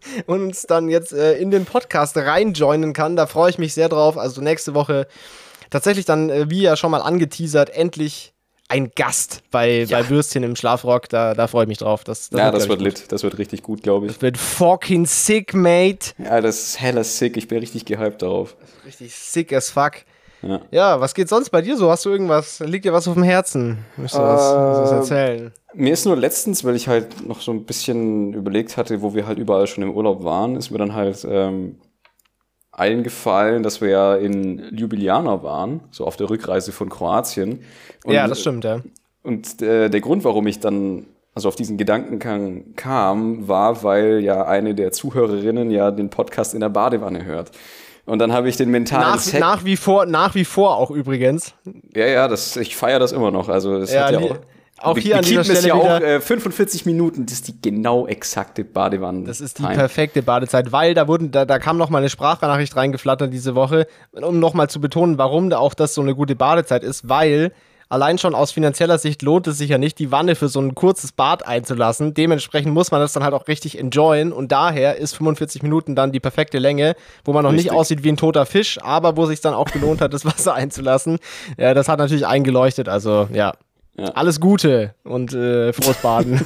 uns dann jetzt äh, in den Podcast reinjoinen kann. Da freue ich mich sehr drauf. Also nächste Woche tatsächlich dann, äh, wie ja schon mal angeteasert, endlich ein Gast bei, Ja. bei Würstchen im Schlafrock. Da, da freue ich mich drauf. Das, Ja, das glaub wird ich, lit. Das wird richtig gut, glaube ich. gut. Wird fucking sick, mate. Ja, das ist hella sick. Ich bin richtig gehypt darauf. Richtig sick as fuck. Ja. Ja, was geht sonst bei dir so? Hast du irgendwas? Liegt dir was auf dem Herzen? Möchtest du was, was Äh, erzählen? Mir ist nur letztens, weil ich halt noch so ein bisschen überlegt hatte, wo wir halt überall schon im Urlaub waren, ist mir dann halt ähm, eingefallen, dass wir ja in Ljubljana waren, so auf der Rückreise von Kroatien. Und, Ja, das stimmt, ja. Und äh, der Grund, warum ich dann also auf diesen Gedankengang kam, war, weil ja eine der Zuhörerinnen ja den Podcast in der Badewanne hört. Und dann habe ich den mentalen Nach, Set. nach, wie vor, nach wie vor auch übrigens. Ja, ja, das, ich feiere das immer noch. Also es Ja, hat ja li- auch, auch wir- hier an wir dieser keepen es Stelle ja auch wieder- äh, fünfundvierzig Minuten, das ist die genau exakte Badewanne. Das ist die perfekte Badezeit, weil da wurden, da, da kam noch mal eine Sprachnachricht reingeflattert diese Woche, um noch mal zu betonen, warum da auch das so eine gute Badezeit ist, weil allein schon aus finanzieller Sicht lohnt es sich ja nicht, die Wanne für so ein kurzes Bad einzulassen. Dementsprechend muss man das dann halt auch richtig enjoyen und daher ist fünfundvierzig Minuten dann die perfekte Länge, wo man noch Richtig. nicht aussieht wie ein toter Fisch, aber wo sich dann auch gelohnt hat, das Wasser einzulassen. Ja, das hat natürlich eingeleuchtet, also ja. Ja. Alles Gute und äh, frohes Baden.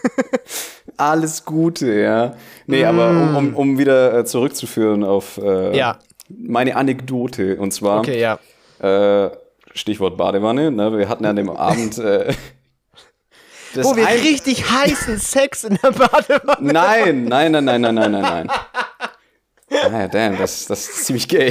Alles Gute, ja. Nee, aber um, um, um wieder äh, zurückzuführen auf äh, Ja. meine Anekdote. Und zwar, Okay, ja. äh, Stichwort Badewanne, ne? Wir hatten ja an dem Abend äh, das Wo wir ein- richtig heißen Sex in der Badewanne. Nein, nein, nein, nein, nein, nein, nein, nein. Ah, damn, das, das ist ziemlich gay.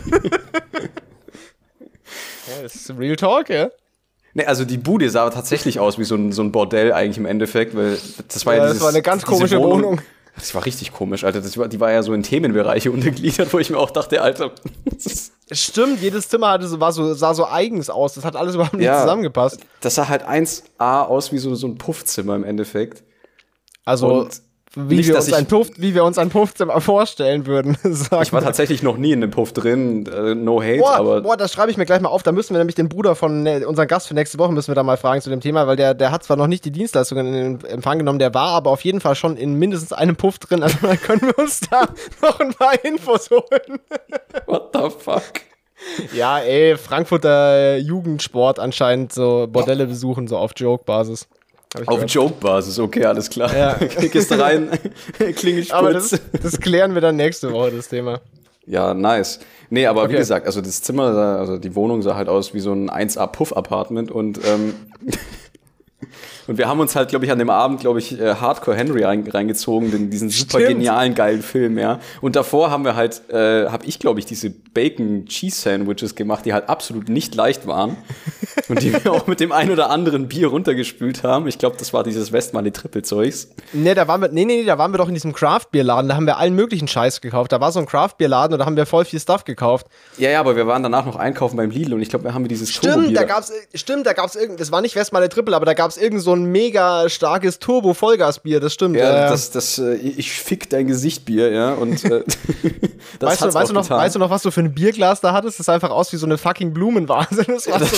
Ja, das ist Real Talk, ja. Ne, also die Bude sah tatsächlich aus wie so ein, so ein Bordell eigentlich im Endeffekt, weil das war ja, Ja, das dieses, war eine ganz diese komische Wohnung. Das war richtig komisch, Alter. Das war, die war ja so in Themenbereiche untergliedert, wo ich mir auch dachte, Alter, das, ist, Stimmt, jedes Zimmer hatte so, war so, sah so eigens aus. Das hat alles überhaupt nicht Ja. zusammengepasst. das sah halt eins A aus wie so, so ein Puffzimmer im Endeffekt. Also, Und wie, nicht, wir dass uns ein ich- Puff, wie wir uns ein Puffzimmer vorstellen würden. Sagen Ich war wir. tatsächlich noch nie in einem Puff drin, äh, no hate, Boah, aber boah, das schreibe ich mir gleich mal auf. Da müssen wir nämlich den Bruder von ne, unseren Gast für nächste Woche müssen wir da mal fragen zu dem Thema, weil der, der hat zwar noch nicht die Dienstleistungen in Empfang genommen, der war aber auf jeden Fall schon in mindestens einem Puff drin. Also dann können wir uns da noch ein paar Infos holen. what the fuck? Ja, ey, Frankfurter Jugendsport anscheinend so Bordelle besuchen, so auf Joke-Basis. Hab ich Auf gehört. Joke-Basis, okay, alles klar. Ja. Gehst du rein, Klingel Aber spitz. das, das klären wir dann nächste Woche, das Thema. Ja, nice. Nee, aber Okay. wie gesagt, also das Zimmer, sah, also die Wohnung sah halt aus wie so ein eins A Puff-Apartment und ähm, und wir haben uns halt, glaube ich, an dem Abend, glaube ich, äh, Hardcore Henry rein, reingezogen, den, diesen super Stimmt. genialen, geilen Film, ja. Und davor haben wir halt, äh, habe ich, glaube ich, diese Bacon Cheese Sandwiches gemacht, die halt absolut nicht leicht waren und die wir auch mit dem ein oder anderen Bier runtergespült haben. Ich glaube, das war dieses Westmalle Triple Zeugs. Nee, da waren wir, nee, nee, nee, da waren wir doch in diesem Craft-Bier-Laden, da haben wir allen möglichen Scheiß gekauft. Da war so ein Craft-Bier-Laden und da haben wir voll viel Stuff gekauft. Ja, ja, aber wir waren danach noch einkaufen beim Lidl und ich glaube, wir haben dieses Stimmt, Turbo-Bier. da gab's, stimmt, da gab's irgend, das war nicht Westmalle Triple, aber da gab's irgend so ein mega starkes Turbo-Vollgas-Bier, das stimmt. Ja, äh, das, das, äh, ich fick dein Gesicht Bier, ja, und äh, das weißt, du, hat's weißt, auch du noch, getan. weißt du noch, was du für ein Bierglas da hattest? Das sah einfach aus wie so eine fucking Blumenvase. Das war so ein riesen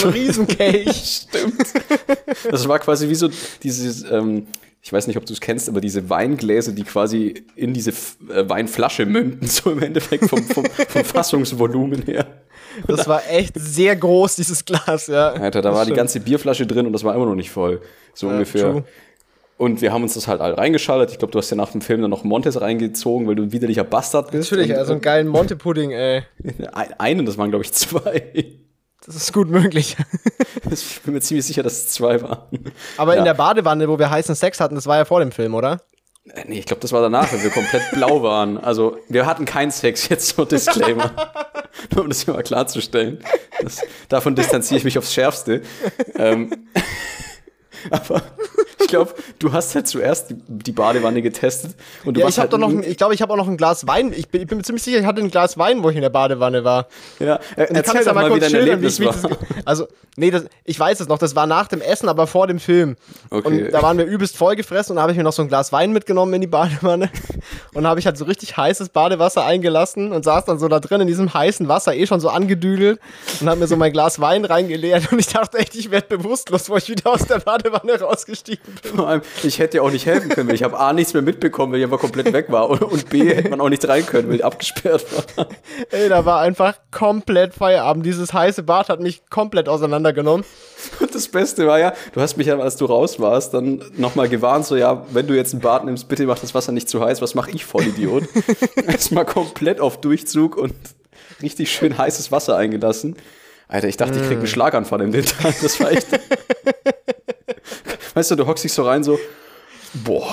diesem Kelch. Stimmt. Das war quasi wie so dieses, ähm, ich weiß nicht, ob du es kennst, aber diese Weingläser, die quasi in diese F- äh, Weinflasche münden, so im Endeffekt vom, vom, vom Fassungsvolumen her. Das war echt sehr groß, dieses Glas, ja. Alter, da das war stimmt. die ganze Bierflasche drin und das war immer noch nicht voll. So Ja, ungefähr. true. Und wir haben uns das halt all reingeschaltet. Ich glaube, du hast ja nach dem Film dann noch Montes reingezogen, weil du ein widerlicher Bastard bist. Natürlich, und, also einen geilen Monte-Pudding, ey. Ein- Einen, das waren, glaube ich, zwei. Das ist gut möglich. Ich bin mir ziemlich sicher, dass es zwei waren. Aber Ja. in der Badewanne, wo wir heißen Sex hatten, das war ja vor dem Film, oder? Äh, Nee, ich glaube, das war danach, weil wir komplett blau waren. Also, wir hatten keinen Sex, jetzt so Disclaimer. Nur um das hier mal klarzustellen. Das, davon distanziere ich mich aufs Schärfste. Ähm, aber ich glaube, du hast halt zuerst die, die Badewanne getestet. Und du Ja, warst ich habe halt doch noch, nur- ein- ich glaube, ich habe auch noch ein Glas Wein. Ich bin, ich bin mir ziemlich sicher, ich hatte ein Glas Wein, wo ich in der Badewanne war. Ja, äh, Und ich erzähl jetzt doch mal, wie dein schildern, Erlebnis wie ich war. das, also, nee, das, ich weiß es noch, das war nach dem Essen, aber vor dem Film. Okay. Und da waren wir übelst vollgefressen und da habe ich mir noch so ein Glas Wein mitgenommen in die Badewanne und habe ich halt so richtig heißes Badewasser eingelassen und saß dann so da drin in diesem heißen Wasser, eh schon so angedüdelt und habe mir so mein Glas Wein reingeleert und ich dachte echt, ich werde bewusstlos, wo ich wieder aus der Badewanne rausgestiegen bin. Vor allem, ich hätte ja auch nicht helfen können, weil ich habe A, nichts mehr mitbekommen, weil ich einfach komplett weg war. Und, und B, hätte man auch nicht rein können, weil ich abgesperrt war. Ey, da war einfach komplett Feierabend. Dieses heiße Bad hat mich komplett auseinandergenommen. Und das Beste war ja, du hast mich ja, als du raus warst, dann nochmal gewarnt, so, ja, wenn du jetzt ein Bad nimmst, bitte mach das Wasser nicht zu heiß. Was mache ich, Vollidiot? Erstmal komplett auf Durchzug und richtig schön heißes Wasser eingelassen. Alter, ich dachte, ich krieg einen Schlaganfall im Winter. Das war echt... Weißt du, du hockst dich so rein, so, boah.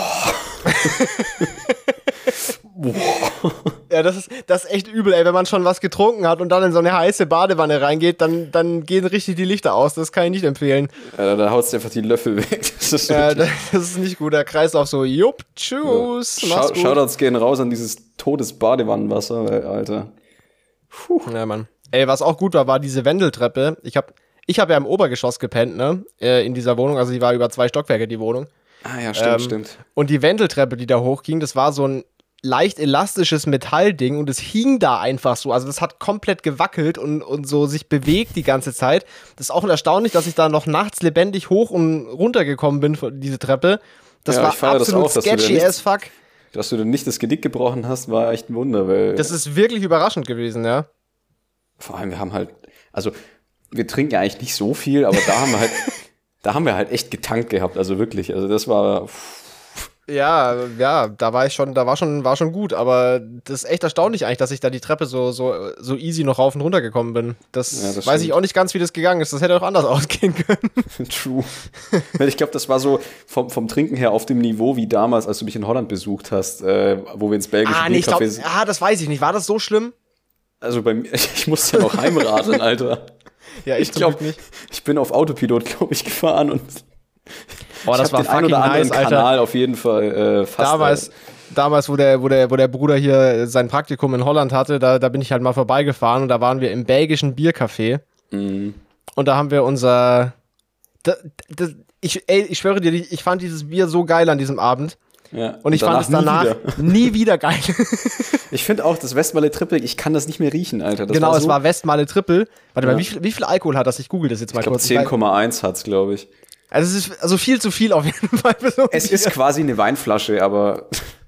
boah. Ja, das ist, das ist echt übel, ey. Wenn man schon was getrunken hat und dann in so eine heiße Badewanne reingeht, dann, dann gehen richtig die Lichter aus. Das kann ich nicht empfehlen. Ja, da haust du einfach die Löffel weg. Das ist Ja, wirklich- das ist nicht gut. Der Kreislauf so, jupp, tschüss, mach's Schau- gut. Shoutouts gehen raus an dieses totes Badewannenwasser, weil, Alter. Ja, Mann. Ey, was auch gut war, war diese Wendeltreppe. Ich hab, ich hab ja im Obergeschoss gepennt, ne, äh, in dieser Wohnung. Also die war über zwei Stockwerke, die Wohnung. Ah ja, stimmt, Ähm, stimmt. Und die Wendeltreppe, die da hochging, das war so ein leicht elastisches Metallding und es hing da einfach so. Also das hat komplett gewackelt und, und so sich bewegt die ganze Zeit. Das ist auch erstaunlich, dass ich da noch nachts lebendig hoch und runter gekommen bin, von diese Treppe. Das Ja, war ich feier das absolut auch, dass du dir sketchy nichts- as fuck. Dass du dann nicht das Genick gebrochen hast, war echt ein Wunder, weil Das ist wirklich überraschend gewesen, ja. vor allem wir haben halt, also wir trinken ja eigentlich nicht so viel, aber da haben wir halt, da haben wir halt echt getankt gehabt, also wirklich, also das war, Ja, ja, da war ich schon, da war schon, war schon gut, aber das ist echt erstaunlich eigentlich, dass ich da die Treppe so, so, so easy noch rauf und runter gekommen bin. Das, Ja, das weiß stimmt. ich auch nicht ganz, wie das gegangen ist. Das hätte auch anders ausgehen können. true. Weil ich glaube, das war so vom, vom Trinken her auf dem Niveau wie damals, als du mich in Holland besucht hast, äh, wo wir ins belgische Ah, nee, ich glaub, Biercafé sind. ah, das weiß ich nicht. War das so schlimm? Also bei mir, ich musste ja noch heimradeln, Alter. Ja, Ich glaube, ich bin auf Autopilot, glaube ich, gefahren und Oh, das ich war habe den ein fucking oder anderen nice, Alter. Kanal auf jeden Fall äh, fast. Damals, damals wo, der, wo, der, wo der Bruder hier sein Praktikum in Holland hatte, da, da bin ich halt mal vorbeigefahren und da waren wir im belgischen Biercafé. Mhm. Und da haben wir unser. Da, da, ich, ey, ich schwöre dir, ich fand dieses Bier so geil an diesem Abend. Ja. Und ich fand es danach nie nie wieder. wieder, geil. Ich finde auch, das Westmalle Triple, ich kann das nicht mehr riechen, Alter. Das genau, war es so, war Westmalle Triple. Warte Ja. mal, wie viel, wie viel Alkohol hat das? Ich google das jetzt mal ich glaube, kurz. zehn Komma eins hat's, glaube ich. Also es ist also viel zu viel auf jeden Fall. Für so ein Es Bier. ist quasi eine Weinflasche, aber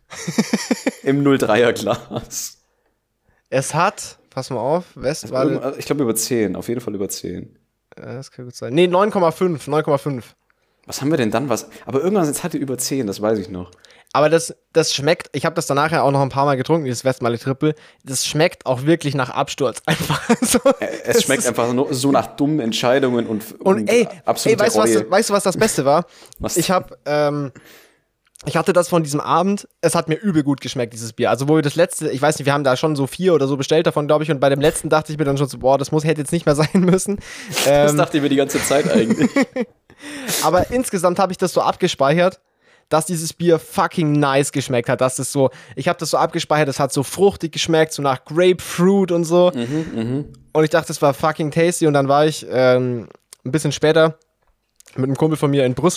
im null Komma dreier Glas. Es hat, pass mal auf, Westmalle. Ich glaube über zehn, auf jeden Fall über zehn. Ja, das kann gut sein. Nee, neun Komma fünf, neun Komma fünf. Was haben wir denn dann? Was? Aber irgendwann jetzt hatte über zehn, das weiß ich noch. Aber das, das schmeckt, ich habe das danach ja auch noch ein paar Mal getrunken, dieses Westmalle Triple. Das schmeckt auch wirklich nach Absturz einfach. so, Es schmeckt einfach nur so nach dummen Entscheidungen und, Und ey, ey absolute weißt, du, Reue. was, weißt du, was das Beste war? Was? Ich habe, ähm, ich hatte das von diesem Abend, es hat mir übel gut geschmeckt, dieses Bier. Also wo wir das letzte, ich weiß nicht, wir haben da schon so vier oder so bestellt davon, glaube ich, und bei dem letzten dachte ich mir dann schon so, boah, das muss, hätte jetzt nicht mehr sein müssen. Das Ähm, dachte ich mir die ganze Zeit eigentlich. aber insgesamt habe ich das so abgespeichert, dass dieses Bier fucking nice geschmeckt hat. Dass das so, ich habe das so abgespeichert, das hat so fruchtig geschmeckt, so nach Grapefruit und so. Und ich dachte, das war fucking tasty. Und dann war ich ähm, ein bisschen später mit einem Kumpel von mir in Brüssel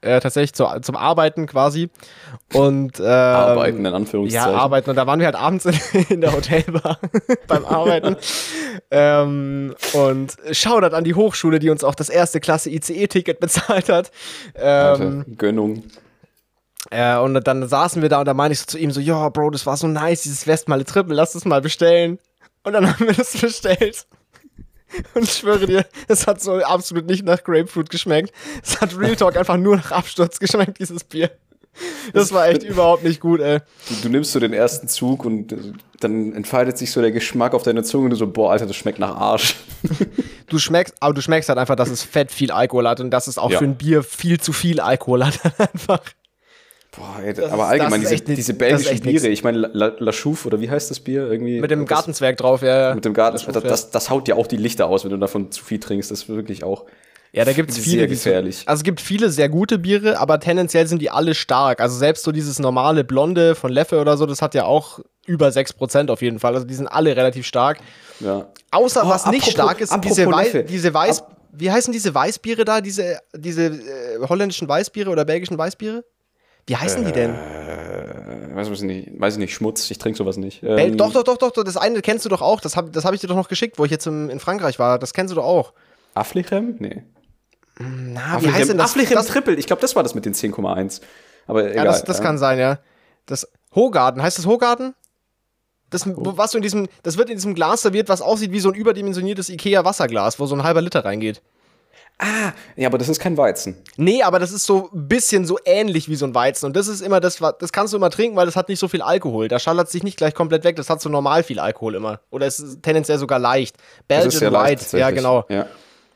äh, tatsächlich zu, zum Arbeiten quasi. Und ähm, Arbeiten in Anführungszeichen. Ja, arbeiten. Und da waren wir halt abends in, in der Hotelbar beim Arbeiten. ähm, und Shoutout an die Hochschule, die uns auch das erste Klasse I C E-Ticket bezahlt hat. Ähm, Alter, Gönnung. Äh, und dann saßen wir da und da meinte ich so zu ihm so, ja, Bro, das war so nice, dieses Westmale Triple, lass das mal bestellen. Und dann haben wir das bestellt. Und ich schwöre dir, es hat so absolut nicht nach Grapefruit geschmeckt. Es hat Real Talk einfach nur nach Absturz geschmeckt, dieses Bier. Das war echt überhaupt nicht gut, ey. Du, du nimmst so den ersten Zug und dann entfaltet sich so der Geschmack auf deiner Zunge und du so, boah, Alter, das schmeckt nach Arsch. Du schmeckst, aber du schmeckst halt einfach, dass es fett viel Alkohol hat und dass es auch ja. für ein Bier viel zu viel Alkohol hat einfach. Boah, ey, das aber ist, allgemein, diese, nicht, diese belgischen Biere, ich meine, La, La Chouffe oder wie heißt das Bier? Irgendwie, mit dem das, Gartenzwerg drauf, ja. Mit dem Gartenzwerg, das, das, das haut dir auch die Lichter aus, wenn du davon zu viel trinkst, das ist wirklich auch ja, da gibt's viele, sehr gefährlich. So, also es gibt viele sehr gute Biere, aber tendenziell sind die alle stark. Also selbst so dieses normale Blonde von Leffe oder so, das hat ja auch über sechs Prozent auf jeden Fall. Also die sind alle relativ stark. Ja. Außer oh, was nicht apropos, stark ist, sind diese, Wei diese Weiß... Ab wie heißen diese Weißbiere da? Diese, diese äh, holländischen Weißbiere oder belgischen Weißbiere? Wie heißen äh, die denn? Weiß ich nicht, weiß ich nicht, Schmutz, ich trinke sowas nicht. Ähm, Ähm, doch, doch, doch, doch, das eine kennst du doch auch. Das habe das hab ich dir doch noch geschickt, wo ich jetzt im, in Frankreich war. Das kennst du doch auch. Afflichem? Nee. Na, wie heißt denn das? Afflichem das Triple, ich glaube, das war das mit den zehn Komma eins. Aber egal. Ja, das, das ja. kann sein, ja. Das Hogarten, heißt das Hogarten? Das, was du in diesem, das wird in diesem Glas serviert, was aussieht wie so ein überdimensioniertes Ikea-Wasserglas, wo so ein halber Liter reingeht. Ah, ja, aber das ist kein Weizen. Nee, aber das ist so ein bisschen so ähnlich wie so ein Weizen. Und das ist immer das, das kannst du immer trinken, weil das hat nicht so viel Alkohol. Da schallert es sich nicht gleich komplett weg, das hat so normal viel Alkohol immer. Oder es ist tendenziell sogar leicht. Belgian White, ja genau. Ja.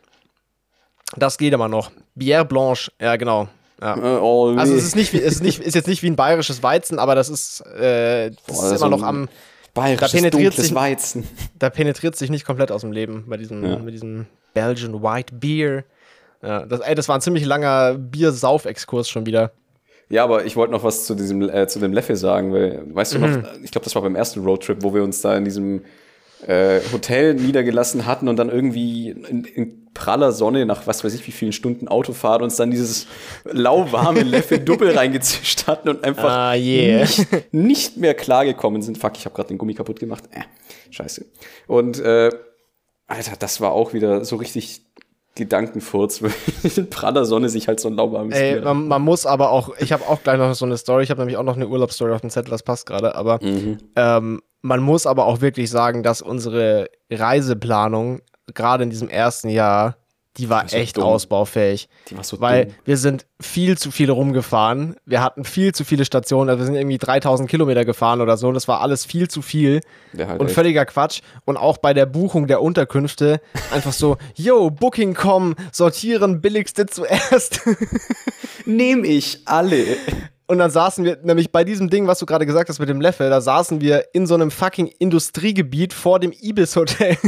Das geht immer noch. Bière Blanche, ja genau. Ja. Äh, oh, nee. Also es ist nicht, wie, es ist nicht, ist jetzt nicht wie ein bayerisches Weizen, aber das ist, äh, das Boah, ist das immer ist noch am bayerisches da penetriert dunkles sich, Weizen. Da penetriert sich nicht komplett aus dem Leben bei diesem, ja. mit diesem Belgian White Beer. Ja, das, ey, das war ein ziemlich langer Bier-Sauf-Exkurs schon wieder. Ja, aber ich wollte noch was zu diesem äh, zu dem Leffe sagen, weil, weißt du Mhm. noch, ich glaube, das war beim ersten Roadtrip, wo wir uns da in diesem äh, Hotel niedergelassen hatten und dann irgendwie in, in praller Sonne nach was weiß ich wie vielen Stunden Autofahrt uns dann dieses lauwarme Leffe Double reingezischt hatten und einfach ah, yeah. nicht, nicht mehr klargekommen sind. Fuck, ich habe gerade den Gummi kaputt gemacht. Äh, scheiße. Und äh, Alter, das war auch wieder so richtig Gedankenfurz, weil in praller Sonne sich halt so ein lauwarmes Ey, Bier. man, man muss aber auch, ich habe auch gleich noch so eine Story, ich habe nämlich auch noch eine Urlaubsstory auf dem Zettel, das passt gerade, aber Mhm. ähm, man muss aber auch wirklich sagen, dass unsere Reiseplanung, gerade in diesem ersten Jahr, die war Die war so echt dumm. ausbaufähig. Die war so Weil dumm. wir sind viel zu viel rumgefahren, wir hatten viel zu viele Stationen, also wir sind irgendwie dreitausend Kilometer gefahren oder so, und das war alles viel zu viel Ja, halt und echt. völliger Quatsch. Und auch bei der Buchung der Unterkünfte einfach so, yo, Booking Punkt com, sortieren, billigste zuerst. Nehm ich alle. Und dann saßen wir, nämlich bei diesem Ding, was du gerade gesagt hast mit dem Leffel, da saßen wir in so einem fucking Industriegebiet vor dem Ibis-Hotel.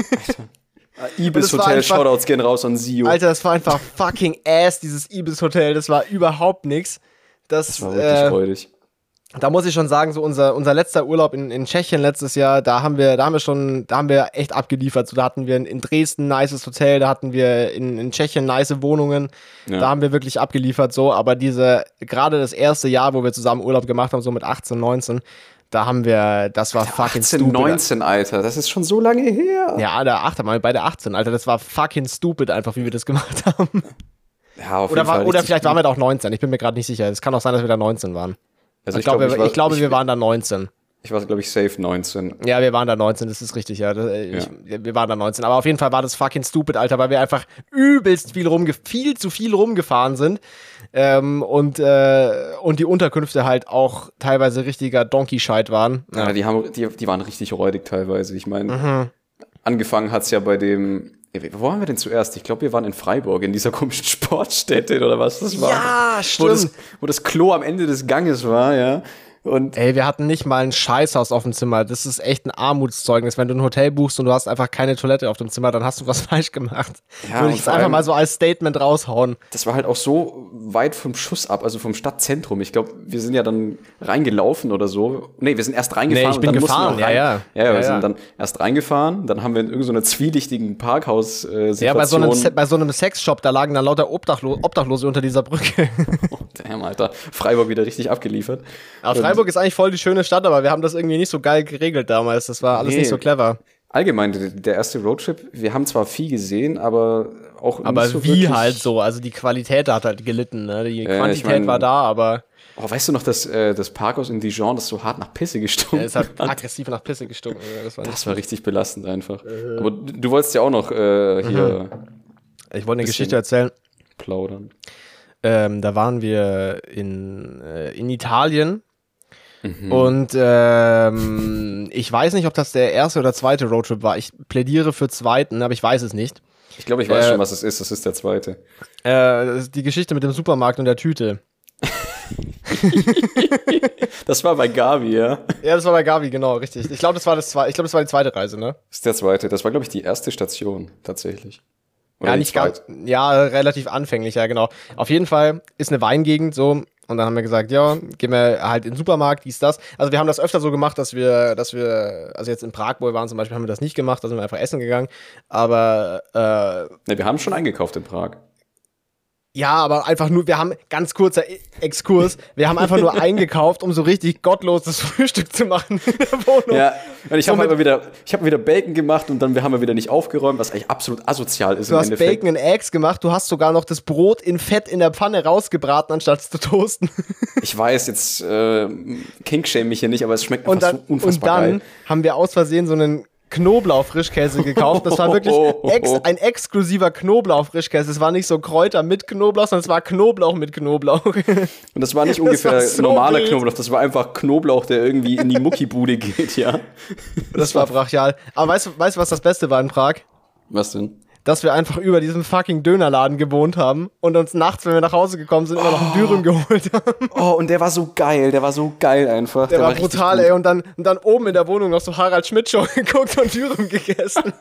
Ibis das war Hotel, einfach- Shoutouts gehen raus an Sio. Alter, das war einfach fucking ass, dieses Ibis-Hotel. Das war überhaupt nix. Das, das war wirklich äh, freudig. da muss ich schon sagen, so unser, unser letzter Urlaub in, in Tschechien letztes Jahr, da haben wir, da haben wir schon, da haben wir echt abgeliefert. So, da hatten wir in, in Dresden ein nices Hotel, da hatten wir in, in Tschechien nice Wohnungen. Ja. Da haben wir wirklich abgeliefert, so. Aber diese, gerade das erste Jahr, wo wir zusammen Urlaub gemacht haben, so mit achtzehn, neunzehn, da haben wir, das war fucking achtzehn, stupid. neunzehn, Alter, das ist schon so lange her. Ja, der acht, mal bei der achtzehn, Alter, das war fucking stupid einfach, wie wir das gemacht haben. Ja, auf Oder, jeden war, Fall oder richtig vielleicht gut. waren wir da auch neunzehn, ich bin mir gerade nicht sicher. Es kann auch sein, dass wir da neunzehn waren. Also ich, glaube, glaub, ich, war- ich glaube, ich- wir waren da neunzehn. Ich war, glaube ich, safe neunzehn. Ja, wir waren da neunzehn, das ist richtig, ja. Das, äh, ich, wir waren da neunzehn. Aber auf jeden Fall war das fucking stupid, Alter, weil wir einfach übelst viel rumge viel zu viel rumgefahren sind. Ähm, und, äh, und die Unterkünfte halt auch teilweise richtiger Donkey-Scheit waren. Ja, die, haben, die, die waren richtig räudig teilweise. Ich meine, Mhm. angefangen hat's ja bei dem. Wo waren wir denn zuerst? Ich glaube, wir waren in Freiburg, in dieser komischen Sportstätte oder was das war. Ja, Wo das, stimmt. wo das Klo am Ende des Ganges war, ja. Und Ey, wir hatten nicht mal ein Scheißhaus auf dem Zimmer. Das ist echt ein Armutszeugnis. Wenn du ein Hotel buchst und du hast einfach keine Toilette auf dem Zimmer, dann hast du was falsch gemacht. Ja, Würde und ich jetzt vor einfach allem- mal so als Statement raushauen. das war halt auch so weit vom Schuss ab, also vom Stadtzentrum. Ich glaube, wir sind ja dann reingelaufen oder so. Nee, wir sind erst reingefahren. Nee, ich bin und dann mussten gefahren, wir auch rein. ja, ja. Ja, ja, wir Ja, sind ja. dann erst reingefahren, dann haben wir in irgendeiner so zwielichtigen Parkhaus-Situation. Ja, bei so einem, Se- bei so einem Sexshop, da lagen dann lauter Obdachlo- Obdachlose unter dieser Brücke. Oh, damn, Alter. Freiburg wieder richtig abgeliefert. Aber Freiburg ist eigentlich voll die schöne Stadt, aber wir haben das irgendwie nicht so geil geregelt damals. Das war alles Nee. nicht so clever. Allgemein, der, der erste Roadtrip, wir haben zwar viel gesehen, aber auch Aber nicht so wie wirklich, halt so, also die Qualität hat halt gelitten, ne? Die Ja, Quantität ich mein- war da, aber Oh, weißt du noch, dass äh, das Parkhaus in Dijon, das so hart nach Pisse gestunken es hat hat? aggressiv nach Pisse gestunken. Das war nicht Das war richtig belastend einfach. Aber du, du wolltest ja auch noch äh, hier Ich wollte eine Bisschen- Geschichte erzählen. plaudern. Ähm, da waren wir in, äh, in Italien Mhm. und ähm, ich weiß nicht, ob das der erste oder zweite Roadtrip war. Ich plädiere für zweiten, aber ich weiß es nicht. Ich glaube, ich weiß Äh, schon, was es ist. Das ist der zweite. Äh, das ist die Geschichte mit dem Supermarkt und der Tüte. Das war bei Gavi, ja. Ja, das war bei Gavi, genau, richtig. Ich glaube, das war das zwei, ich glaube, das war die zweite Reise, ne? Das ist der zweite. Das war, glaube ich, die erste Station, tatsächlich. Oder Ja, die nicht ganz, zweite. ja, relativ anfänglich, ja, genau. Auf jeden Fall ist eine Weingegend so, und dann haben wir gesagt, ja, gehen wir halt in den Supermarkt, dies, das. Also wir haben das öfter so gemacht, dass wir, dass wir, also jetzt in Prag, wo wir waren zum Beispiel, haben wir das nicht gemacht, da sind wir einfach essen gegangen. Aber äh, Ne, wir haben schon eingekauft in Prag. ja, aber einfach nur, wir haben, ganz kurzer E- Exkurs, wir haben einfach nur eingekauft, um so richtig gottloses Frühstück zu machen in der Wohnung. Ja, und ich habe Somit- aber wieder, ich habe wieder Bacon gemacht und dann haben wir wieder nicht aufgeräumt, was eigentlich absolut asozial ist Du hast Bacon and Eggs gemacht, du hast sogar noch das Brot in Fett in der Pfanne rausgebraten, anstatt es zu toasten. Ich weiß, jetzt äh, kinkshame mich hier nicht, aber es schmeckt Und einfach dann, so unfassbar und dann geil. haben wir aus Versehen so einen Knoblauch-Frischkäse gekauft. Das war wirklich ex ein exklusiver Knoblauch-Frischkäse. Es war nicht so Kräuter mit Knoblauch, sondern es war Knoblauch mit Knoblauch. Und das war nicht Das ungefähr war so normaler wild. Knoblauch, das war einfach Knoblauch, der irgendwie in die Muckibude geht, ja. Das war brachial. Aber weißt du, weißt, du, was das Beste war in Prag? Was denn? Dass wir einfach über diesem fucking Dönerladen gewohnt haben und uns nachts, wenn wir nach Hause gekommen sind, immer noch einen Dürüm geholt haben. Oh, und der war so geil, der war so geil einfach. Der, war richtig brutal, gut. ey. Und dann, und dann oben in der Wohnung noch so Harald Schmidt-Show geguckt und Dürüm gegessen.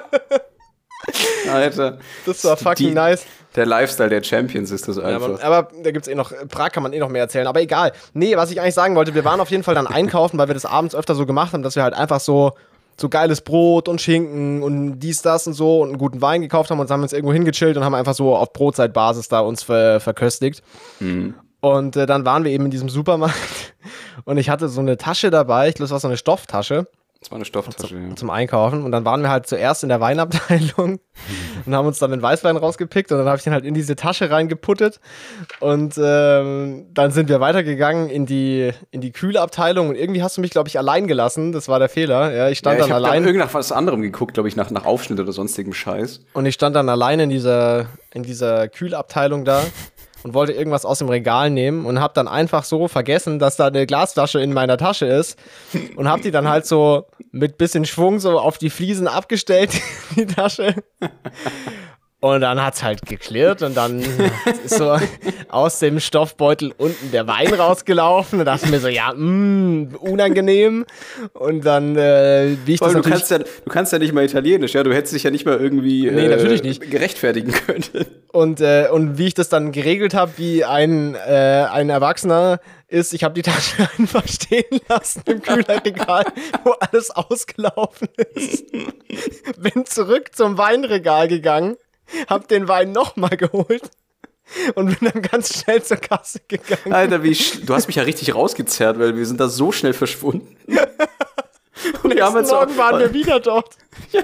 Alter. Das war fucking Die- nice. Der Lifestyle der Champions ist das Ja, einfach. aber, aber da gibt's eh noch, Prag kann man eh noch mehr erzählen, aber egal. Nee, was ich eigentlich sagen wollte, wir waren auf jeden Fall dann einkaufen, weil wir das abends öfter so gemacht haben, dass wir halt einfach so, so geiles Brot und Schinken und dies, das und so und einen guten Wein gekauft haben und haben uns irgendwo hingechillt und haben einfach so auf Brotzeitbasis da uns ver verköstigt. Und äh, dann waren wir eben in diesem Supermarkt und ich hatte so eine Tasche dabei, ich glaube, es war so eine Stofftasche. Das war eine Stofftasche, ja. Zum Einkaufen und dann waren wir halt zuerst in der Weinabteilung und haben uns dann den Weißwein rausgepickt und dann habe ich den halt in diese Tasche reingeputtet und ähm, dann sind wir weitergegangen in die, in die Kühlabteilung und irgendwie hast du mich, glaube ich, allein gelassen, das war der Fehler, ja, ich stand Ja, ich dann habe allein irgend nach was anderem geguckt, glaube ich, nach, nach Aufschnitt oder sonstigem Scheiß. und ich stand dann allein in dieser, in dieser Kühlabteilung da und wollte irgendwas aus dem Regal nehmen und habe dann einfach so vergessen, dass da eine Glasflasche in meiner Tasche ist und habe die dann halt so mit bisschen Schwung so auf die Fliesen abgestellt, die Tasche. Und dann hat's halt geklirrt und dann ist so aus dem Stoffbeutel unten der Wein rausgelaufen und dachte mir so, ja, mh, unangenehm. Und dann, äh, wie ich Vor das allem, du natürlich... kannst, ja, du kannst ja nicht mal Italienisch, ja. Du hättest dich ja nicht mal irgendwie Nee, natürlich nicht. gerechtfertigen können. Und, äh, und wie ich das dann geregelt habe, wie ein, äh, ein Erwachsener ist, ich habe die Tasche einfach stehen lassen im Kühlerregal, wo alles ausgelaufen ist. Bin zurück zum Weinregal gegangen, hab den Wein nochmal geholt und bin dann ganz schnell zur Kasse gegangen. Alter, wie sch- du hast mich ja richtig rausgezerrt, weil wir sind da so schnell verschwunden. Und wir haben jetzt Morgen auch, waren wir wieder dort.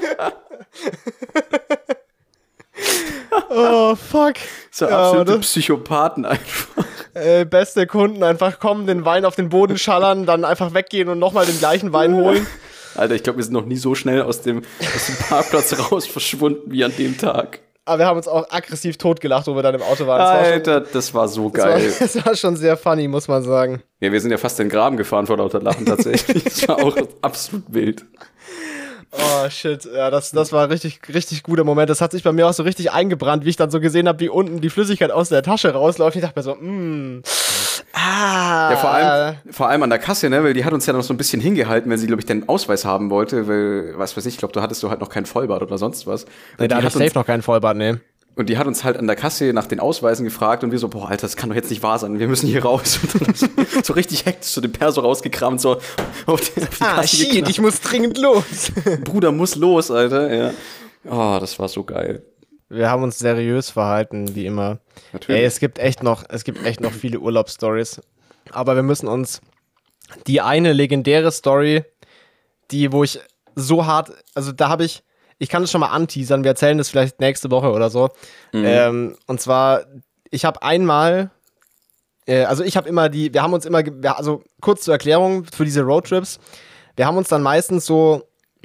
Oh, fuck. so Ja, absolute oder? Psychopathen einfach. Äh, beste Kunden einfach kommen, den Wein auf den Boden schallern, dann einfach weggehen und nochmal den gleichen Wein holen. Alter, ich glaube, wir sind noch nie so schnell aus dem, aus dem Parkplatz raus verschwunden wie an dem Tag. Aber wir haben uns auch aggressiv totgelacht, wo wir dann im Auto waren. Das war schon, Alter, das war so das war, geil. das war schon sehr funny, muss man sagen. Ja, wir sind ja fast in den Graben gefahren vor lauter Lachen tatsächlich. Das war auch absolut wild. Oh, shit. Ja, das, das war richtig, richtig guter Moment. Das hat sich bei mir auch so richtig eingebrannt, wie ich dann so gesehen habe, wie unten die Flüssigkeit aus der Tasche rausläuft. Ich dachte mir so, mh, Ah. Ja, vor allem, vor allem an der Kasse, ne, weil die hat uns ja noch so ein bisschen hingehalten, wenn sie, glaube ich, den Ausweis haben wollte, weil, was weiß ich, ich glaube, du hattest du halt noch kein Vollbart oder sonst was. Nee, da hatte ich safe noch keinen Vollbart, ne. Und die hat uns halt an der Kasse nach den Ausweisen gefragt und wir so, boah, Alter, das kann doch jetzt nicht wahr sein, wir müssen hier raus. Und dann so, so richtig hektisch so den Perso rausgekramt, so auf die, auf die Ah, Kasse shit, geknallt. ich muss dringend los. Bruder muss los, Alter, ja. Oh, das war so geil. Wir haben uns seriös verhalten, wie immer. Natürlich. Ey, es gibt echt noch, es gibt echt noch viele Urlaubsstories. Aber wir müssen uns die eine legendäre Story, die, wo ich so hart, also da habe ich, ich kann es schon mal anteasern, wir erzählen das vielleicht nächste Woche oder so. Mhm. Ähm, und zwar, ich habe einmal, äh, also ich habe immer die, wir haben uns immer, also kurz zur Erklärung für diese Roadtrips, wir haben uns dann meistens so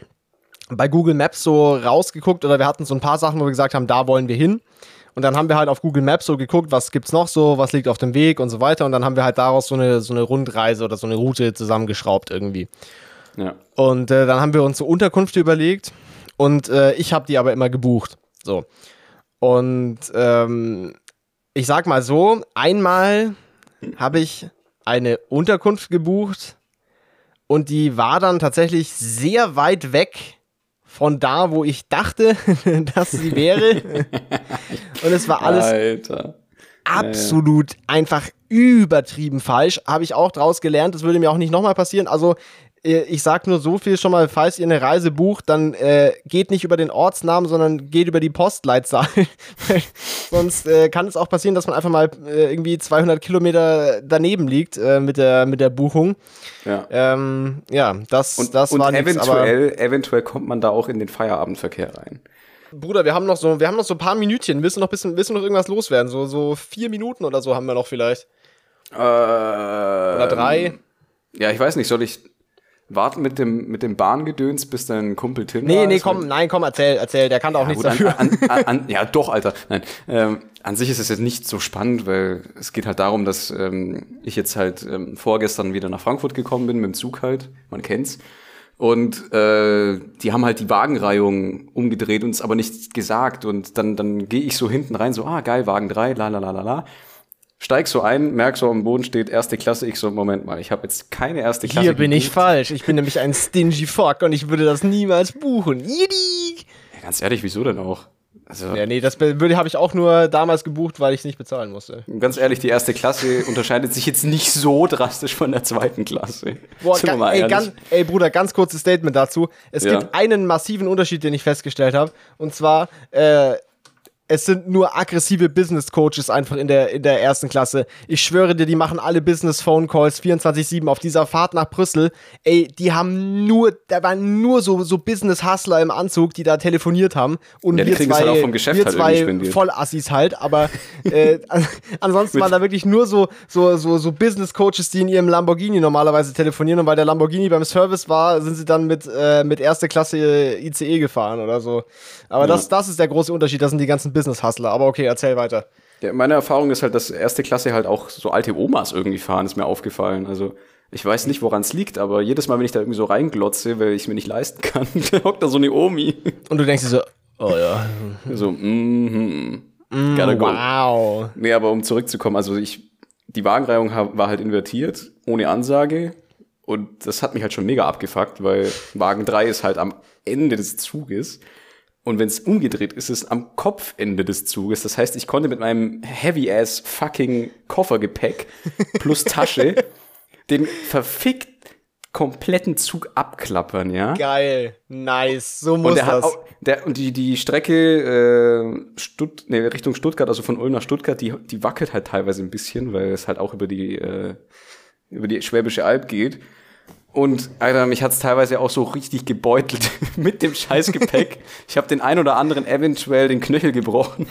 bei Google Maps so rausgeguckt oder wir hatten so ein paar Sachen, wo wir gesagt haben, da wollen wir hin. Und dann haben wir halt auf Google Maps so geguckt, was gibt's noch so, was liegt auf dem Weg und so weiter. Und dann haben wir halt daraus so eine, so eine Rundreise oder so eine Route zusammengeschraubt irgendwie. Ja. Und äh, dann haben wir uns so Unterkünfte überlegt und äh, ich habe die aber immer gebucht. So. Und ähm, ich sag mal so, einmal habe ich eine Unterkunft gebucht und die war dann tatsächlich sehr weit weg von da, wo ich dachte, dass sie wäre. Und es war alles Alter. absolut ja, ja. einfach übertrieben falsch. Habe ich auch draus gelernt. Das würde mir auch nicht nochmal passieren. Also ich sag nur so viel schon mal, falls ihr eine Reise bucht, dann äh, geht nicht über den Ortsnamen, sondern geht über die Postleitzahl. Sonst äh, kann es auch passieren, dass man einfach mal äh, irgendwie zweihundert Kilometer daneben liegt äh, mit der mit der Buchung. Ja, ähm, ja das, und, das und war nix, eventuell, aber eventuell kommt man da auch in den Feierabendverkehr rein. Bruder, wir haben noch so, wir haben noch so ein paar Minütchen. Willst du noch bisschen, willst du noch irgendwas loswerden? So, so vier Minuten oder so haben wir noch vielleicht. Äh, oder drei. Ja, ich weiß nicht, soll ich warten mit dem, mit dem Bahngedöns, bis dein Kumpel Tim Nee, da nee, ist? komm, nein, komm, erzähl, erzähl, der kann da auch Ja, nichts gut, dafür. An, an, an, ja, doch, Alter. Nein, ähm, an sich ist es jetzt nicht so spannend, weil es geht halt darum, dass ähm, ich jetzt halt ähm, vorgestern wieder nach Frankfurt gekommen bin, mit dem Zug halt, man kennt's. Und äh, die haben halt die Wagenreihung umgedreht, uns aber nichts gesagt. Und dann, dann gehe ich so hinten rein, so, ah, geil, Wagen drei, la la la la la. Steig so ein, merk so, am Boden steht erste Klasse. Ich so, Moment mal, ich habe jetzt keine erste Klasse Hier bin gebucht. ich falsch. Ich bin nämlich ein stingy Fuck und ich würde das niemals buchen. Jidi! Ja, ganz ehrlich, wieso denn auch? Also, Ja, nee, das habe ich auch nur damals gebucht, weil ich es nicht bezahlen musste. ganz ehrlich, die erste Klasse unterscheidet sich jetzt nicht so drastisch von der zweiten Klasse. Boah, Sind wir ga, mal ey, ehrlich. ganz, ey, Bruder, ganz kurzes Statement dazu. Es Ja. gibt einen massiven Unterschied, den ich festgestellt habe. Und zwar, äh, es sind nur aggressive Business Coaches einfach in der, in der ersten Klasse. Ich schwöre dir, die machen alle Business Phone Calls vierundzwanzig sieben auf dieser Fahrt nach Brüssel. Ey, die haben nur, da waren nur so, so Business Hustler im Anzug, die da telefoniert haben. Und Ja, die wir kriegen es zwei, halt auch vom Geschäft wir halt zwei irgendwie spendiert. Vollassis halt. Aber äh, an, ansonsten waren da wirklich nur so, so, so, so Business Coaches, die in ihrem Lamborghini normalerweise telefonieren. Und weil der Lamborghini beim Service war, sind sie dann mit, äh, mit erste Klasse I C E gefahren oder so. Aber Ja. das, das ist der große Unterschied. Das sind die ganzen Business Hustler. Aber okay, erzähl weiter. Ja, meine Erfahrung ist halt, dass erste Klasse halt auch so alte Omas irgendwie fahren, ist mir aufgefallen. Also ich weiß nicht, woran es liegt, aber jedes Mal, wenn ich da irgendwie so reinglotze, weil ich es mir nicht leisten kann, hockt da so eine Omi. Und du denkst dir so, oh ja. So, mhm. Mm, Gotta go. wow. Nee, aber um zurückzukommen, also ich, die Wagenreihung ha- war halt invertiert, ohne Ansage. Und das hat mich halt schon mega abgefuckt, weil Wagen drei ist halt am Ende des Zuges. Und wenn es umgedreht ist, ist es am Kopfende des Zuges. Das heißt, ich konnte mit meinem heavy-ass fucking Koffergepäck plus Tasche den verfickt kompletten Zug abklappern, ja? Geil. Nice. So muss Und, der das. hat auch, der, und die, die Strecke äh, Stutt, nee, Richtung Stuttgart, also von Ulm nach Stuttgart, die, die wackelt halt teilweise ein bisschen, weil es halt auch über die, äh, über die Schwäbische Alb geht. Und, Alter, mich hat's teilweise auch so richtig gebeutelt mit dem Scheißgepäck. Ich habe den ein oder anderen eventuell den Knöchel gebrochen.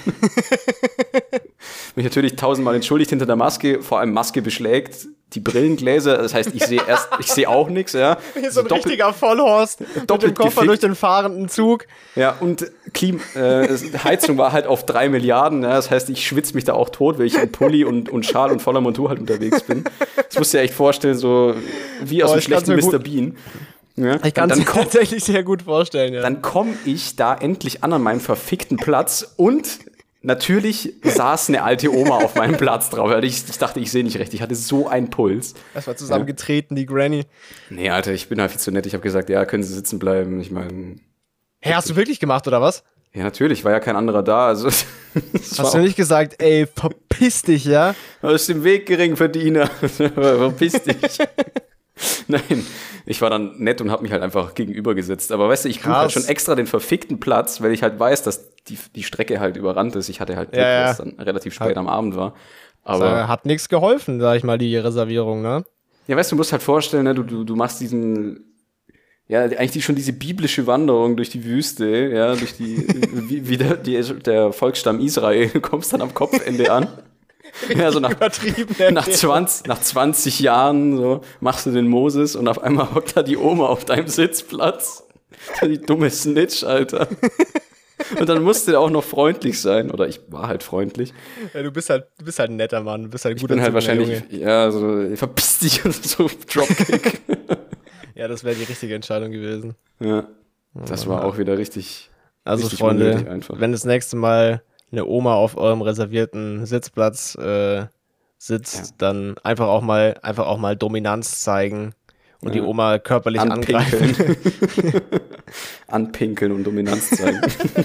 Mich natürlich tausendmal entschuldigt hinter der Maske, vor allem Maske beschlägt, die Brillengläser, das heißt, ich sehe erst, ich sehe auch nichts, ja. Hier so ein Doppel- richtiger Vollhorst mit dem doppelt Koffer gefickt. durch den fahrenden Zug. Ja, und Klim äh, es- Heizung war halt auf drei Milliarden, ja, das heißt, ich schwitze mich da auch tot, weil ich in Pulli und, und Schal und voller Montur halt unterwegs bin. Das musst du dir echt vorstellen, so wie aus Oh, dem ich kann's schlechten mir Mister gut- Bean. Ja, Ich kann und es dann mir komm, tatsächlich sehr gut vorstellen, ja. dann komme ich da endlich an an meinen verfickten Platz und natürlich saß eine alte Oma auf meinem Platz drauf. Also ich, ich dachte, ich sehe nicht recht. Ich hatte so einen Puls. Das war zusammengetreten, ja. Die Granny. Nee, Alter, ich bin halt viel zu nett. Ich habe gesagt, ja, können Sie sitzen bleiben. Ich meine. Hey, hast du wirklich gemacht, oder was? Ja, natürlich, war ja kein anderer da. Also, hast du nicht gesagt, ey, verpiss dich, ja? Aus dem Weg, Geringverdiener. Verpiss dich. Nein, ich war dann nett und habe mich halt einfach gegenübergesetzt. Aber weißt du, ich buche halt schon extra den verfickten Platz, weil ich halt weiß, dass die, die Strecke halt überrannt ist. Ich hatte halt Glück, ja, ja. dass es dann relativ spät hat, am Abend war. Aber das hat nichts geholfen, sag ich mal, die Reservierung, ne? Ja, weißt du, du musst halt vorstellen, ne, du, du, du machst diesen, ja, eigentlich schon diese biblische Wanderung durch die Wüste, ja, durch die, wie, wie der, die, der Volksstamm Israel, du kommst dann am Kopfende an. Ja, so nach, nach, zwanzig, nach zwanzig Jahren so, machst du den Moses und auf einmal hockt da die Oma auf deinem Sitzplatz. Die dumme Snitch, Alter. Und dann musst du auch noch freundlich sein. Oder ich war halt freundlich. Ja, du bist halt, du bist halt ein netter Mann. Du bist halt ein guter Ich bin halt wahrscheinlich, Junge. Ja, so, verpiss dich und so, Dropkick. Ja, das wäre die richtige Entscheidung gewesen. Ja, das war auch wieder richtig. Also, richtig Freunde, wenn das nächste Mal eine Oma auf eurem reservierten Sitzplatz äh, sitzt, ja. dann einfach auch mal einfach auch mal Dominanz zeigen und ja. die Oma körperlich Anpinkeln. angreifen. Anpinkeln und Dominanz zeigen.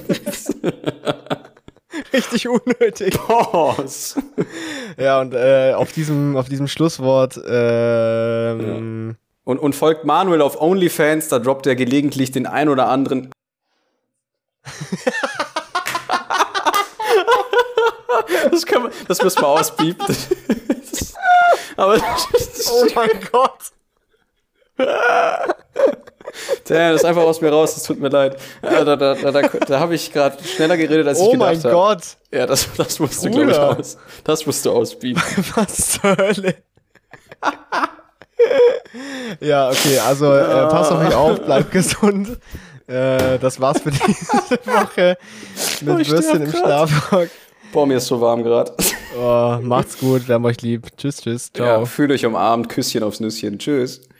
Richtig unnötig. Boss. Ja, und äh, auf diesem auf diesem Schlusswort ähm, ja. und, und folgt Manuel auf OnlyFans, da droppt er gelegentlich den ein oder anderen Das, kann man, das müssen wir auspiepen. Das, aber oh mein Gott. Damn, das ist einfach aus mir raus, das tut mir leid. Da, da, da, da, da habe ich gerade schneller geredet, als ich oh gedacht habe. Oh mein Gott. Ja, das, das musst du, glaube ich, aus. Das musst du auspiepen. Was zur Hölle? Ja, okay, also äh, pass auf mich auf, bleib gesund. Äh, das war's für diese Woche mit oh, Würstchen im Schlafrock. Boah, mir ist so warm gerade. Oh, macht's gut, wir haben euch lieb. Tschüss, tschüss, ciao. Ja, fühlt euch umarmt, Küsschen aufs Nüsschen. Tschüss.